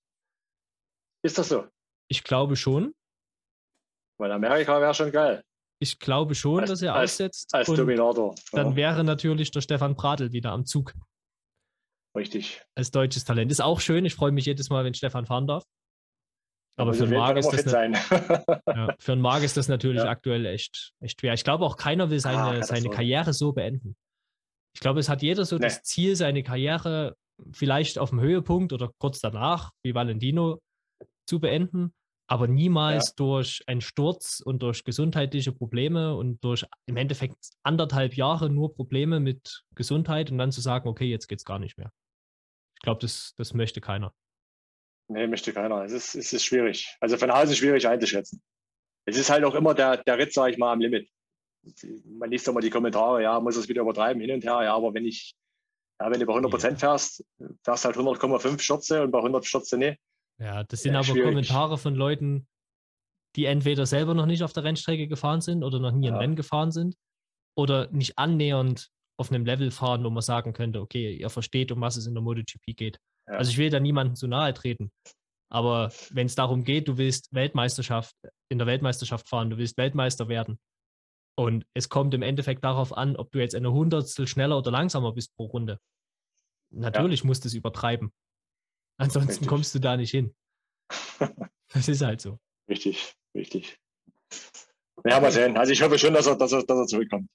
Ist das so? Ich glaube schon. Weil Amerika wäre schon geil. Ich glaube schon, als, dass er als, aussetzt. Als Dominator. Dann ja. wäre natürlich der Stefan Bradl wieder am Zug. Richtig. Als deutsches Talent. Ist auch schön. Ich freue mich jedes Mal, wenn Stefan fahren darf. Aber für einen, Marc ist das ne- ja, für einen Marc ist das natürlich ja. aktuell echt, echt schwer. Ich glaube auch, keiner will seine, ah, seine Karriere so beenden. Ich glaube, es hat jeder so nee. das Ziel, seine Karriere vielleicht auf dem Höhepunkt oder kurz danach, wie Valentino, zu beenden, aber niemals ja. durch einen Sturz und durch gesundheitliche Probleme und durch im Endeffekt anderthalb Jahre nur Probleme mit Gesundheit und dann zu sagen, okay, jetzt geht's gar nicht mehr. Ich glaube, das, das möchte keiner. Nee, möchte keiner. Es ist, es ist schwierig. Also von außen schwierig einzuschätzen. Es ist halt auch immer der, der Ritt, sage ich mal, am Limit. Man liest immer die Kommentare, ja, muss es wieder übertreiben, hin und her, ja, aber wenn ich, ja, wenn du bei hundert Prozent fährst, fährst halt hundert Komma fünf Stürze und bei hundert Stürze nicht. Ja, das sind ja, aber schwierig. Kommentare von Leuten, die entweder selber noch nicht auf der Rennstrecke gefahren sind oder noch nie ein ja. Rennen gefahren sind oder nicht annähernd auf einem Level fahren, wo man sagen könnte, okay, ihr versteht, um was es in der MotoGP geht. Ja. Also ich will da niemandem zu nahe treten. Aber wenn es darum geht, du willst Weltmeisterschaft, in der Weltmeisterschaft fahren, du willst Weltmeister werden. Und es kommt im Endeffekt darauf an, ob du jetzt eine Hundertstel schneller oder langsamer bist pro Runde. Natürlich ja. musst du es übertreiben. Ansonsten richtig. Kommst du da nicht hin. Das ist halt so. Richtig, richtig. Ja, mal sehen. Also ich hoffe schon, dass er, dass er, dass er zurückkommt.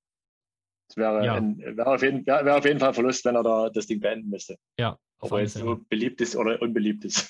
Es wäre, ja. wäre, auf jeden, wäre, wäre auf jeden Fall Verlust, wenn er da das Ding beenden müsste. Ja. Ob er jetzt so beliebt ist oder unbeliebt ist.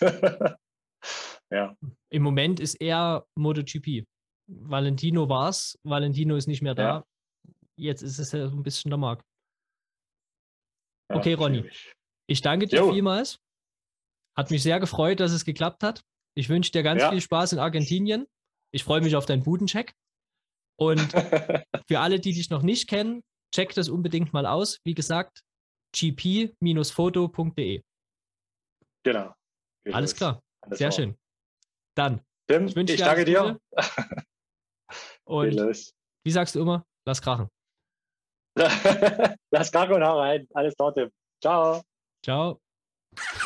Ja. Im Moment ist er MotoGP. Valentino war es. Valentino ist nicht mehr da. Ja. Jetzt ist es ja so ein bisschen der Marc. Okay, Ronny, ich danke dir Jo. vielmals. Hat mich sehr gefreut, dass es geklappt hat. Ich wünsche dir ganz Ja. viel Spaß in Argentinien. Ich freue mich auf deinen Budencheck. Und für alle, die dich noch nicht kennen, check das unbedingt mal aus. Wie gesagt, g p foto punkt d e. Genau. Alles klar. Alles Sehr war. schön. Dann, Tim, ich wünsche ich dir danke alles dir. Gute. Und los. wie sagst du immer? Lass krachen. Lass Kacke und hau rein. Alles klar, Tim. Ciao. Ciao.